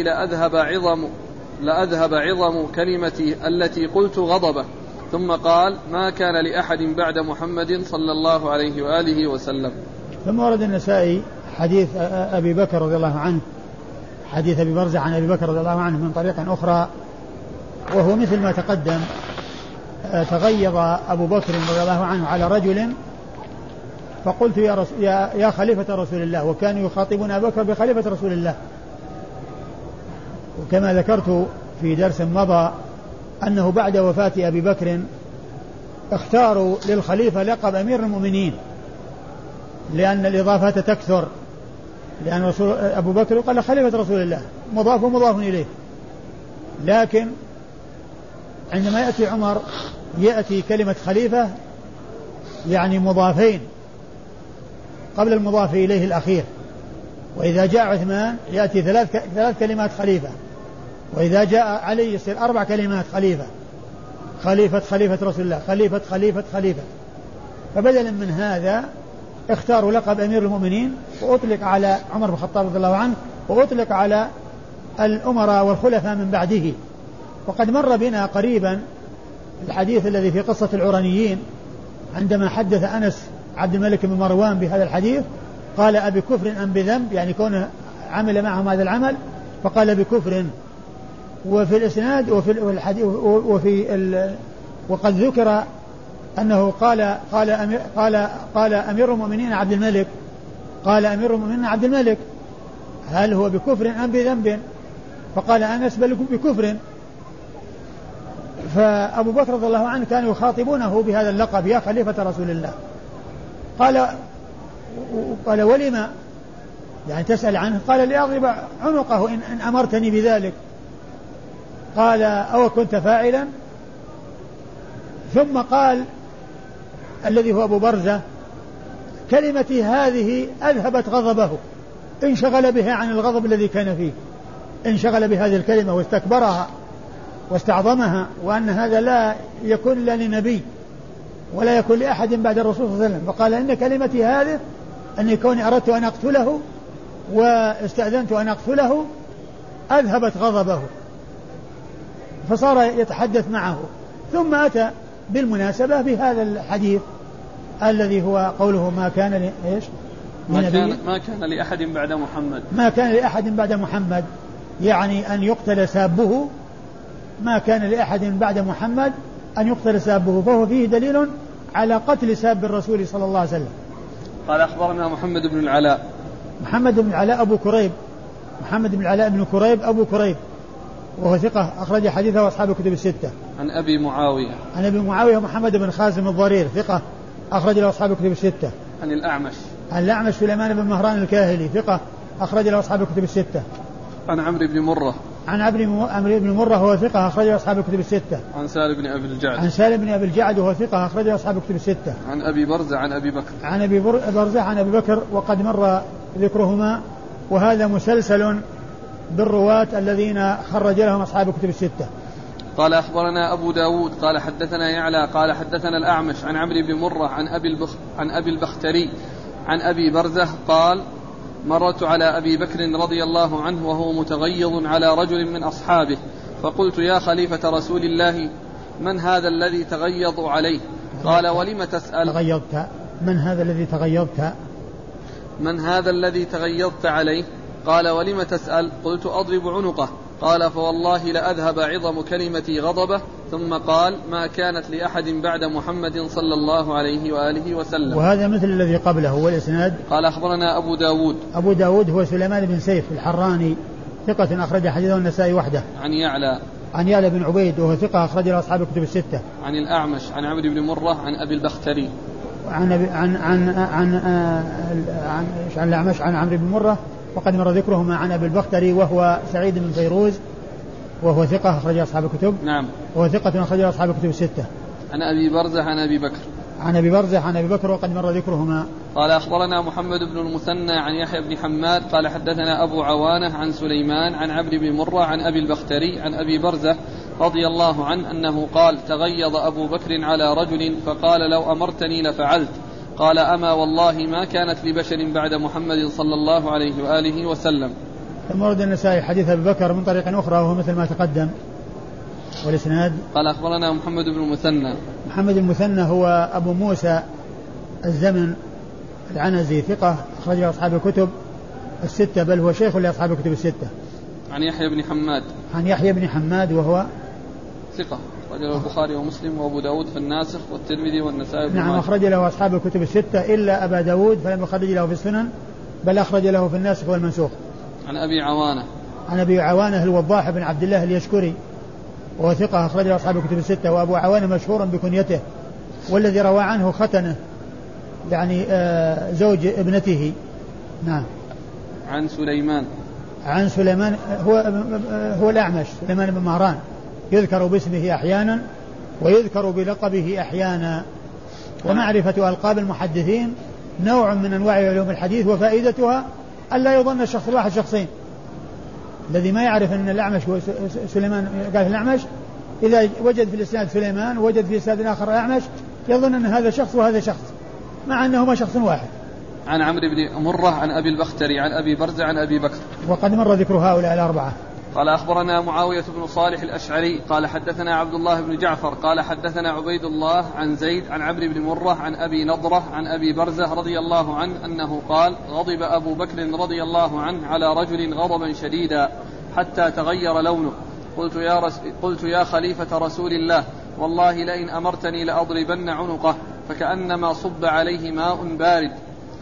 لأذهب عظم كلمتي التي قلت غضبه. ثم قال: ما كان لأحد بعد محمد صلى الله عليه وآله وسلم. ثم ورد النسائي حديث أبي بكر رضي الله عنه، حديث أبي برزة عن أبي بكر رضي الله عنه من طريق أخرى، وهو مثل ما تقدم. تغيظ أبو بكر رضي الله عنه على رجل، فقلت: يا خليفة رسول الله، وكانوا يخاطبون أبا بكر بخليفة رسول الله. وكما ذكرت في درس مضى أنه بعد وفاة أبي بكر اختاروا للخليفة لقب أمير المؤمنين، لأن الإضافات تكثر، لأن أبو بكر قال خليفة رسول الله مضاف ومضاف إليه، لكن عندما يأتي عمر يأتي كلمة خليفة يعني مضافين قبل المضاف إليه الأخير، وإذا جاء عثمان يأتي ثلاث كلمات خليفة، وإذا جاء علي يصير 4 كلمات خليفة، خليفة رسول الله، خليفة. فبدلا من هذا اختاروا لقب أمير المؤمنين، وأطلق على عمر بن الخطاب رضي الله عنه، وأطلق على الأمراء والخلفاء من بعده. وقد مر بنا قريبا الحديث الذي في قصة العرانيين، عندما حدث أنس عبد الملك بن مروان بهذا الحديث قال: أبي كفر أم بذنب، يعني كونه عمل معهم هذا العمل، فقال بكفر. وفي الإسناد وقد ذكر أنه قال أمير المؤمنين عبد الملك، قال أمير المؤمنين عبد الملك، هل هو بكفر أم بذنب؟ فقال أنس: بل بكفر. فأبو بكر رضي الله عنه كانوا يخاطبونه بهذا اللقب: يا خليفة رسول الله. قال: ولما؟ يعني تسأل عنه؟ قال: لأضرب عنقه إن أمرتني بذلك. قال: أو كنت فاعلا؟ ثم قال الذي هو أبو برزة: كلمتي هذه أذهبت غضبه، انشغل بها عن الغضب الذي كان فيه، انشغل بهذه الكلمة واستكبرها واستعظمها، وأن هذا لا يكون إلا لنبي ولا يكون لأحد بعد الرسول صلى الله عليه وسلم. فقال: إن كلمتي هذه أني كوني أردت أن أقتله واستأذنت أن أقتله أذهبت غضبه، فصار يتحدث معه. ثم أتى بالمناسبة بهذا الحديث الذي هو قوله: ما كان ما كان لأحد بعد محمد، ما كان لأحد بعد محمد، يعني أن يقتل سابه، ما كان لأحد بعد محمد أن يقتل سابه، فهو فيه دليل على قتل ساب الرسول صلى الله عليه وسلم. قال: أخبرنا محمد بن العلاء. محمد بن العلاء أبو كريب، محمد بن العلاء بن كريب أبو كريب، وهو ثقة أخرج حديثه أصحاب الكتب الستة. عن أبي معاوية. عن أبي معاوية محمد بن خازم الضرير، ثقة أخرج له أصحاب الكتب الستة. عن الأعمش. عن الأعمش سليمان بن مهران الكاهلي، ثقة أخرج له أصحاب الكتب الستة. عن عمرو بن مرة. عن عمرو بن مرة هو ثقة أخرج له أصحاب الكتب الستة. عن سالم بن أبي الجعد. عن سالم بن أبي الجعد وهو ثقة أخرج له أصحاب الكتب الستة. عن أبي برزة عن أبي بكر. عن أبي برزة عن أبي بكر، وقد مر ذكرهما، وهذا مسلسل بالرواة الذين خرج لهم أصحاب الكتب الستة. قال: أخبرنا أبو داود قال حدثنا يعلى قال حدثنا الأعمش عن عمرو بن مرة عن أبي البختري عن أبي برزة قال: مررت على أبي بكر رضي الله عنه وهو متغيظ على رجل من أصحابه، فقلت: يا خليفة رسول الله، من هذا الذي تغيض عليه؟ قال ولم تسأل؟ تغيضت. من هذا الذي تغيضت؟ من هذا الذي تغيضت عليه؟ قال ولم تسأل؟ قلت أضرب عنقه. قال فوالله لأذهب عظم كلمتي غضبه. ثم قال ما كانت لأحد بعد محمد صلى الله عليه وآله وسلم. وهذا مثل الذي قبله. والإسناد قال أخبرنا أبو داود. أبو داود هو سليمان بن سيف الحراني ثقة أخرج حديثه النسائي وحده. عن يعلى بن عبيد وهو ثقة أخرج له أصحاب الكتب الستة. عن الأعمش عن عمرو بن مرة عن أبي البختري. عن الأعمش عن عمرو بن مرة وقد مر ذكرهما عن أبي البختري وهو سعيد بن فيروز وهو ثقة أخرج أصحاب الكتب. نعم. وهو ثقة أخرج أصحاب الكتب الستة. عن أبي برزة عن أبي بكر. عن أبي برزة عن أبي بكر وقد مر ذكرهما. قال أخبرنا محمد بن المثنى عن يحيى بن حماد قال حدثنا أبو عوانة عن سليمان عن عمرو بن مرة عن أبي البختري عن أبي برزة رضي الله عنه أنه قال تغيظ أبو بكر على رجل فقال لو أمرتني لفعلت. قال أما والله ما كانت لبشر بعد محمد صلى الله عليه وآله وسلم. ثم ورد النسائي حديث أبي بكر من طريق أخرى وهو مثل ما تقدم. والإسناد قال أخبرنا محمد بن المثنى. محمد المثنى هو أبو موسى الزمن العنزي ثقة أخرج له أصحاب الكتب الستة بل هو شيخ لأصحاب الكتب الستة. عن يحيى بن حماد. عن يحيى بن حماد وهو ثقة أخرج له البخاري ومسلم وأبو داود في الناسخ والترمذي والنسائي. نعم أخرج له أصحاب الكتب الستة إلا أبا داود فلم يخرج له في السنن بل أخرج له في الناسخ والمنسوخ. عن أبي عوانة. عن أبي عوانة الوضاح بن عبد الله اليشكري وهو ثقة أخرج له أصحاب الكتب الستة. وأبو عوانة مشهور بكنيته والذي روى عنه ختنه يعني زوج ابنته. نعم. عن سليمان. عن سليمان هو الأعمش سليمان بن مهران يذكر باسمه أحيانا ويذكر بلقبه أحيانا. ومعرفة ألقاب المحدثين نوع من أنواع علوم الحديث وفائدتها ألا يظن الشخص الواحد شخصين. الذي ما يعرف أن الأعمش هو سليمان قال الأعمش إذا وجد في الإسناد سليمان ووجد في إسناد آخر الأعمش يظن أن هذا شخص وهذا شخص مع أنهما شخص واحد. عن عمرو بن مرة عن أبي البختري عن أبي برزة عن أبي بكر. وقد مر ذكر هؤلاء الأربعة. قال أخبرنا معاوية بن صالح الأشعري قال حدثنا عبد الله بن جعفر قال حدثنا عبيد الله عن زيد عن عمرو بن مرة عن أبي نضرة عن أبي برزة رضي الله عنه أنه قال غضب أبو بكر رضي الله عنه على رجل غضبا شديدا حتى تغير لونه. قلت يا خليفة رسول الله والله لئن أمرتني لأضربن عنقه فكأنما صب عليه ماء بارد.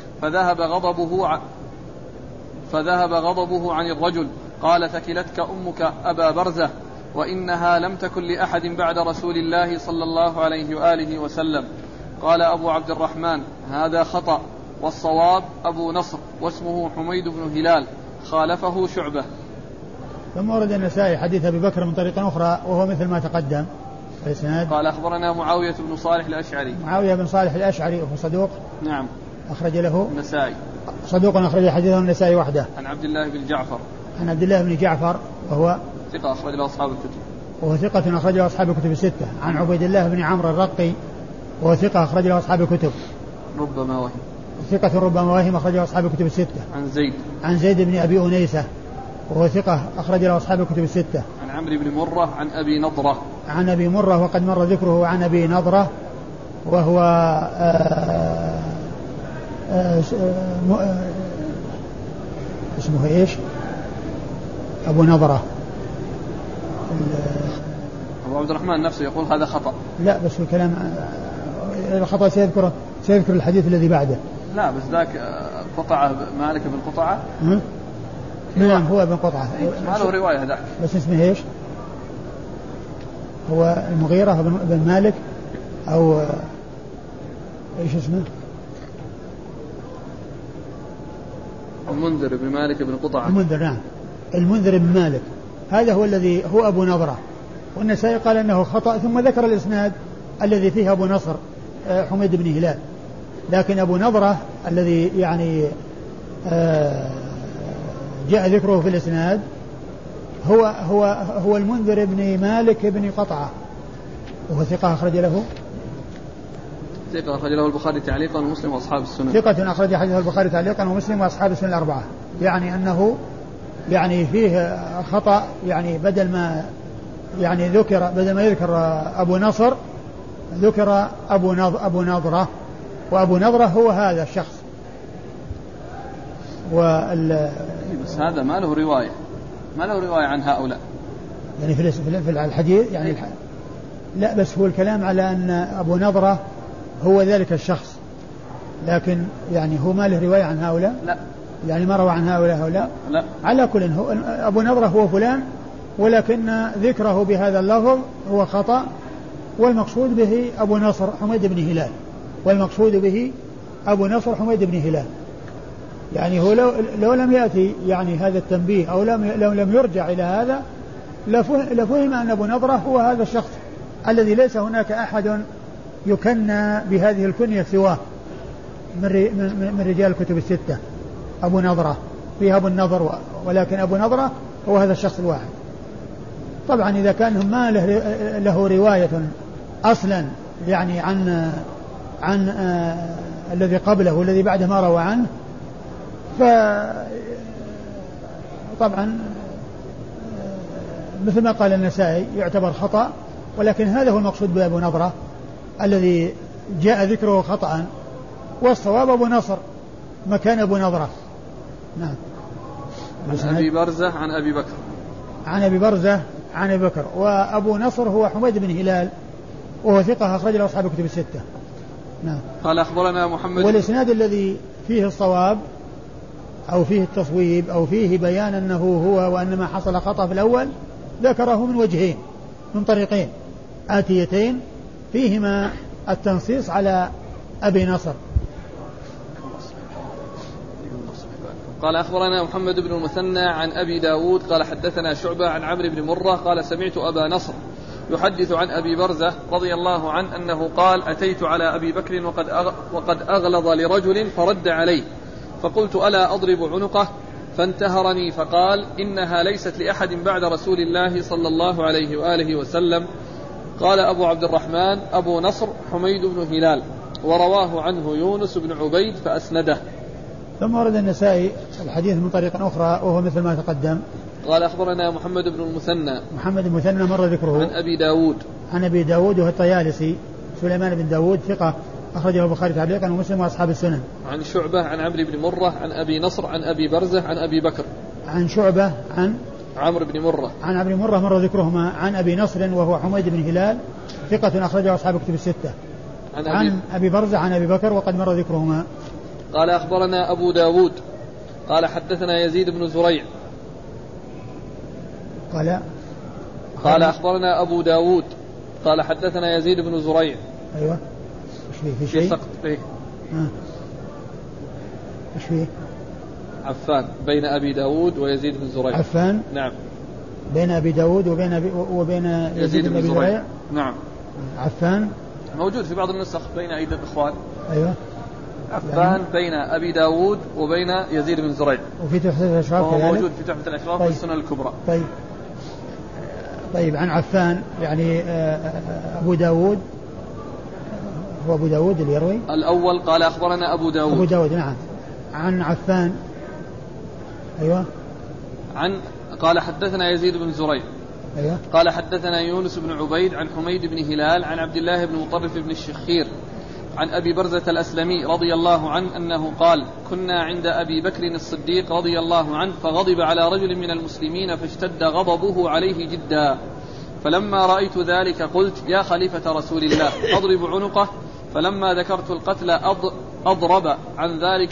فذهب غضبه عن الرجل. قال ثكلتك أمك أبا برزة وإنها لم تكن لأحد بعد رسول الله صلى الله عليه وآله وسلم. قال أبو عبد الرحمن هذا خطأ والصواب أبو نصر واسمه حميد بن هلال خالفه شعبة. ثم ورد النسائي حديث أبي بكر من طريق أخرى وهو مثل ما تقدم. قال أخبرنا معاوية بن صالح الأشعري. معاوية بن صالح الأشعري وهو صدوق. نعم. أخرج له النسائي. صدوق أخرج حديثه النسائي وحده. عن عبد الله بن جعفر. عن عبد الله بن جعفر وهو ثقة أخرج له أصحاب الكتب. وهو ثقة أخرج له أصحاب الكتب الستة. عن عبيد الله بن عمرو الرقي وهو ثقة أخرج له أصحاب الكتب. ربما وهم. ثقة ربما وهم أخرج له أصحاب الكتب الستة. عن زيد بن أبي أنيسة وهو ثقة أخرج له أصحاب الكتب الستة. عن عمرو بن مرة عن أبي نضرة. عن أبي مرة وقد مر ذكره عن أبي نضرة وهو اسمه إيش؟ أبو نضرة. أبو عبد الرحمن نفسه يقول هذا خطأ. لا بس الكلام الخطأ سيذكر الحديث الذي بعده. لا بس ذاك قطعة مالك بن قطعة. نعم هو ابن قطعة. ما له رواية ذاك. بس اسمه إيش؟ هو المغيرة بن مالك أو إيش اسمه؟ المنذر بن مالك بن قطعة. المنذر نعم. المنذر بن مالك هذا هو الذي هو أبو نضرة. والنسائي قال أنه خطأ ثم ذكر الإسناد الذي فيه أبو نصر حميد بن هلال. لكن أبو نضرة الذي يعني جاء ذكره في الإسناد هو المنذر بن مالك بن قطعة وهو ثقة أخرج له البخاري تعليقا ومسلم وأصحاب السنن. ثقة أخرج حديثه البخاري تعليقا ومسلم وأصحاب السنن الأربعة. يعني أنه يعني فيه خطأ يعني بدل ما يعني ذكر بدل ما يذكر أبو نصر ذكر أبو نضرة، وأبو نضرة هو هذا الشخص. بس هذا ما له رواية، ما له رواية عن هؤلاء يعني في الحديث يعني لا، بس هو الكلام على أن أبو نضرة هو ذلك الشخص، لكن يعني هو ما له رواية عن هؤلاء، لا يعني ما روى عن هؤلاء لا. على كل هو أبو نضرة هو فلان، ولكن ذكره بهذا اللفظ هو خطأ، والمقصود به أبو نصر حميد بن هلال، والمقصود به أبو نصر حميد بن هلال. يعني هو لو لم يأتي يعني هذا التنبيه أو لو لم يرجع إلى هذا لفهم أن أبو نضرة هو هذا الشخص الذي ليس هناك أحد يكنى بهذه الكنية سواه من رجال الكتب الستة. أبو نضرة فيها أبو النضر، ولكن أبو نضرة هو هذا الشخص الواحد. طبعا إذا كان ما له رواية أصلا يعني عن الذي قبله والذي بعده ما روى عنه، فطبعا مثل ما قال النسائي يعتبر خطأ، ولكن هذا هو المقصود بأبو نضرة الذي جاء ذكره خطأ، والصواب أبو نصر مكان أبو نضرة. نعم. عن أبي برزة عن أبي بكر، عن أبي برزة عن أبي بكر، وأبو نصر هو حميد بن هلال وهو ثقة أخرج له أصحاب الكتب الستة. نعم. قال أخبرنا محمد، والإسناد الذي فيه الصواب أو فيه التصويب أو فيه بيان أنه هو وأن ما حصل خطأ في الأول ذكره من وجهين، من طريقين آتيتين فيهما التنصيص على أبي نصر. قال أخبرنا محمد بن المثنى عن أبي داود قال حدثنا شعبة عن عمرو بن مرة قال سمعت أبا نصر يحدث عن أبي برزة رضي الله عنه أنه قال أتيت على أبي بكر وقد أغلظ لرجل فرد عليه، فقلت ألا أضرب عنقه؟ فانتهرني فقال إنها ليست لأحد بعد رسول الله صلى الله عليه وآله وسلم. قال أبو عبد الرحمن أبو نصر حميد بن هلال، ورواه عنه يونس بن عبيد فأسنده. ثم ورد النسائي الحديث من طريق أخرى وهو مثل ما تقدم. قال أخبرنا محمد بن المثنى، محمد بن المثنى مر ذكره، عن أبي داود، عن أبي داود وهو الطيالسي سليمان بن داود ثقة أخرجه البخاري تعليقا ومسلم وأصحاب السنن. عن شعبة عن عمرو بن مرة عن أبي نصر عن أبي برزة عن أبي بكر. عن شعبة عن عمرو بن مرة عن عمرو بن مرة مر ذكرهما. عن أبي نصر وهو حميد بن هلال ثقة أخرجه أصحاب الكتب الستة. عن أبي برزة عن أبي بكر وقد مر ذكرهما. قال أخبرنا أبو داود قال حدثنا يزيد بن زريع قال أخبرنا أبو داود قال حدثنا يزيد بن زريع. أيوة. في شيء سقط فيه. إيش فيه؟ عفان بين أبي داود ويزيد بن زريع. عفان. نعم. بين أبي داود وبين يزيد بن زريع. نعم. عفان موجود في بعض النسخ بين أيدي الإخوان. أيوة. عفان يعني بين أبي داود وبين يزيد بن زريع. وفي تحفة الأشراف كذلك. موجود في تحفة الأشراف والسنن الكبرى. طيب عن عفان يعني أبو داود هو أبو داود اللي يروي الأول. قال أخبرنا أبو داود نعم. عن عفان. أيوة. قال حدثنا يزيد بن زريع. أيوة. قال حدثنا يونس بن عبيد عن حميد بن هلال عن عبد الله بن مطرف بن الشخير عن أبي برزة الأسلمي رضي الله عنه أنه قال كنا عند أبي بكر الصديق رضي الله عنه فغضب على رجل من المسلمين فاشتد غضبه عليه جدا، فلما رأيت ذلك قلت يا خليفة رسول الله أضرب عنقه؟ فلما ذكرت القتل أضرب عن ذلك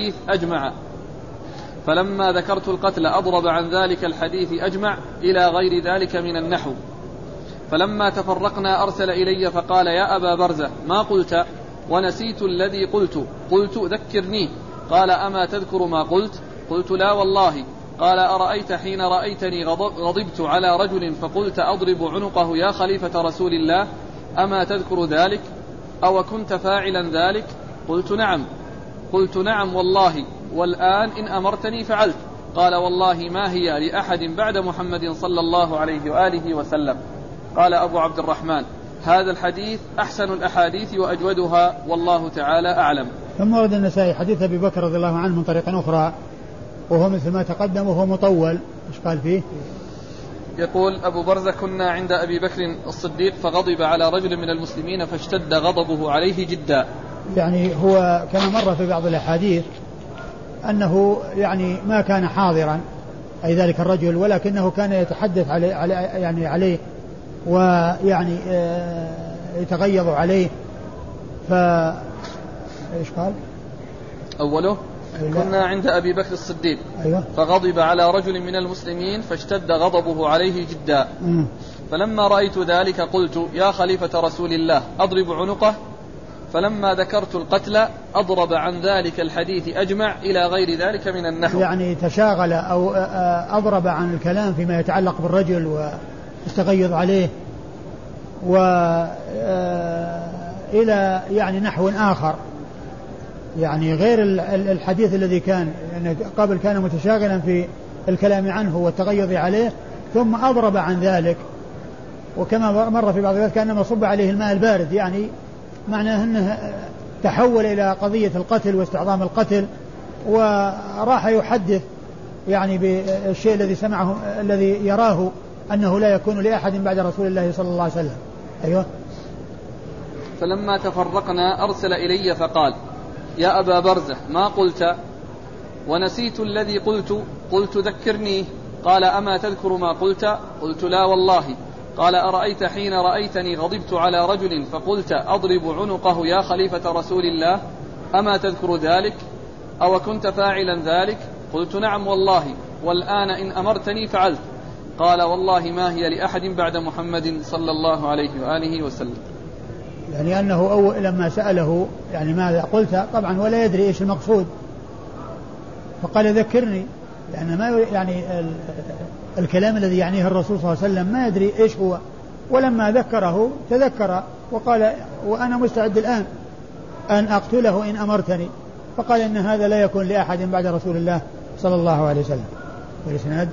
الحديث أجمع إلى غير ذلك من النحو. فلما تفرقنا أرسل إلي فقال يا أبا برزة ما قلت؟ ونسيت الذي قلت ذكرني. قال أما تذكر ما قلت؟ قلت لا والله. قال أرأيت حين رأيتني غضبت على رجل فقلت أضرب عنقه يا خليفة رسول الله أما تذكر ذلك أو كنت فاعلا ذلك؟ قلت نعم والله، والآن إن أمرتني فعلت. قال والله ما هي لأحد بعد محمد صلى الله عليه وآله وسلم. قال أبو عبد الرحمن هذا الحديث أحسن الأحاديث وأجودها والله تعالى أعلم. ثم ورد النسائي حديث أبي بكر رضي الله عنه من طريق أخرى وهو مثل ما تقدم وهو مطول. إيش قال فيه؟ يقول أبو برزة: كنا عند أبي بكر الصديق فغضب على رجل من المسلمين فاشتد غضبه عليه جدا. يعني هو كما مر في بعض الأحاديث أنه يعني ما كان حاضرا أي ذلك الرجل، ولكنه كان يتحدث عليه ويعني يتغيظ عليه. إيش قال؟ أوله: كنا عند أبي بكر الصديق فغضب على رجل من المسلمين فاشتد غضبه عليه جدا. فلما رأيت ذلك قلت: يا خليفة رسول الله أضرب عنقه؟ فلما ذكرت القتل أضرب عن ذلك الحديث أجمع إلى غير ذلك من النحو. يعني تشاغل أو أضرب عن الكلام فيما يتعلق بالرجل واستغيظ عليه وإلى يعني نحو آخر، يعني غير الحديث الذي كان يعني قبل كان متشاغلا في الكلام عنه والتغيظ عليه، ثم أضرب عن ذلك. وكما مر في بعض الوقت كأنما صب عليه الماء البارد، يعني معناه أنه تحول إلى قضية القتل واستعظام القتل، وراح يحدث يعني بالشيء الذي سمعه الذي يراه أنه لا يكون لأحد بعد رسول الله صلى الله عليه وسلم. أيوة. فلما تفرقنا أرسل إلي فقال: يا أبا برزة ما قلت؟ ونسيت الذي قلت ذكرني. قال: أما تذكر ما قلت؟ قلت: لا والله. قال: أرأيت حين رأيتني غضبت على رجل فقلت أضرب عنقه يا خليفة رسول الله، أما تذكر ذلك؟ أو كنت فاعلا ذلك؟ قلت: نعم والله، والآن إن أمرتني فعلت. قال: والله ما هي لأحد بعد محمد صلى الله عليه وآله وسلم. يعني أنه لما سأله يعني ماذا قلت طبعا ولا يدري إيش المقصود، فقال: ذكرني، لأن ما يعني الكلام الذي يعنيه الرسول صلى الله عليه وسلم ما يدري إيش هو، ولما ذكره تذكر وقال: وأنا مستعد الآن أن أقتله إن أمرتني. فقال: إن هذا لا يكون لأحد بعد رسول الله صلى الله عليه وسلم. والإسناد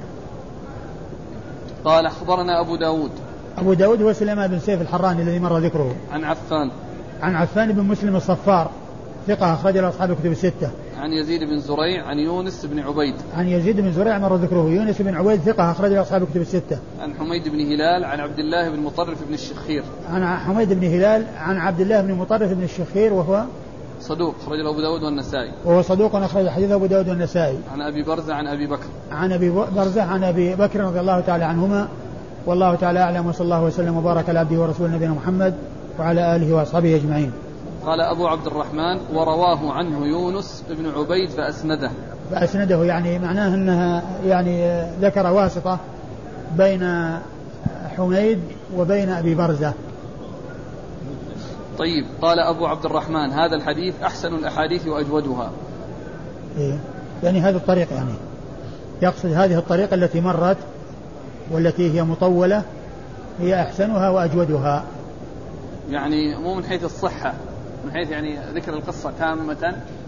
قال: أخبرنا أبو داود هو سليمان بن سيف الحراني الذي مر ذكره. عن عفان بن مسلم الصفار ثقة أخرج له أصحاب الكتب الستة. عن يزيد بن زريع عن يونس بن عبيد. عن يزيد بن زريع مر ذكره. يونس بن عبيد ثقة أخرج له أصحاب الكتب الستة. عن حميد بن هلال عن عبد الله بن مطرف بن الشخير. عن حميد بن هلال عن عبد الله بن مطرف بن الشخير وهو صدوق أخرج له أبو داود والنسائي. وهو صدوق أخرج حديثه أبو داود والنسائي. عن أبي برزة عن أبي بكر. عن أبي برزة عن أبي بكر رضي الله تعالى عنهما. والله تعالى أعلم، وصلى الله وسلم وبارك على عبده ورسوله نبينا محمد وعلى آله وأصحابه أجمعين. قال أبو عبد الرحمن: ورواه عنه يونس بن عبيد فأسنده يعني معناه أنها يعني ذكر واسطة بين حميد وبين أبي برزة. طيب. قال أبو عبد الرحمن: هذا الحديث أحسن الأحاديث وأجودها. يعني هذا الطريق، يعني يقصد هذه الطريقة التي مرت والتي هي مطولة هي أحسنها وأجودها، يعني مو من حيث الصحة، من حيث يعني ذكر القصة تامة،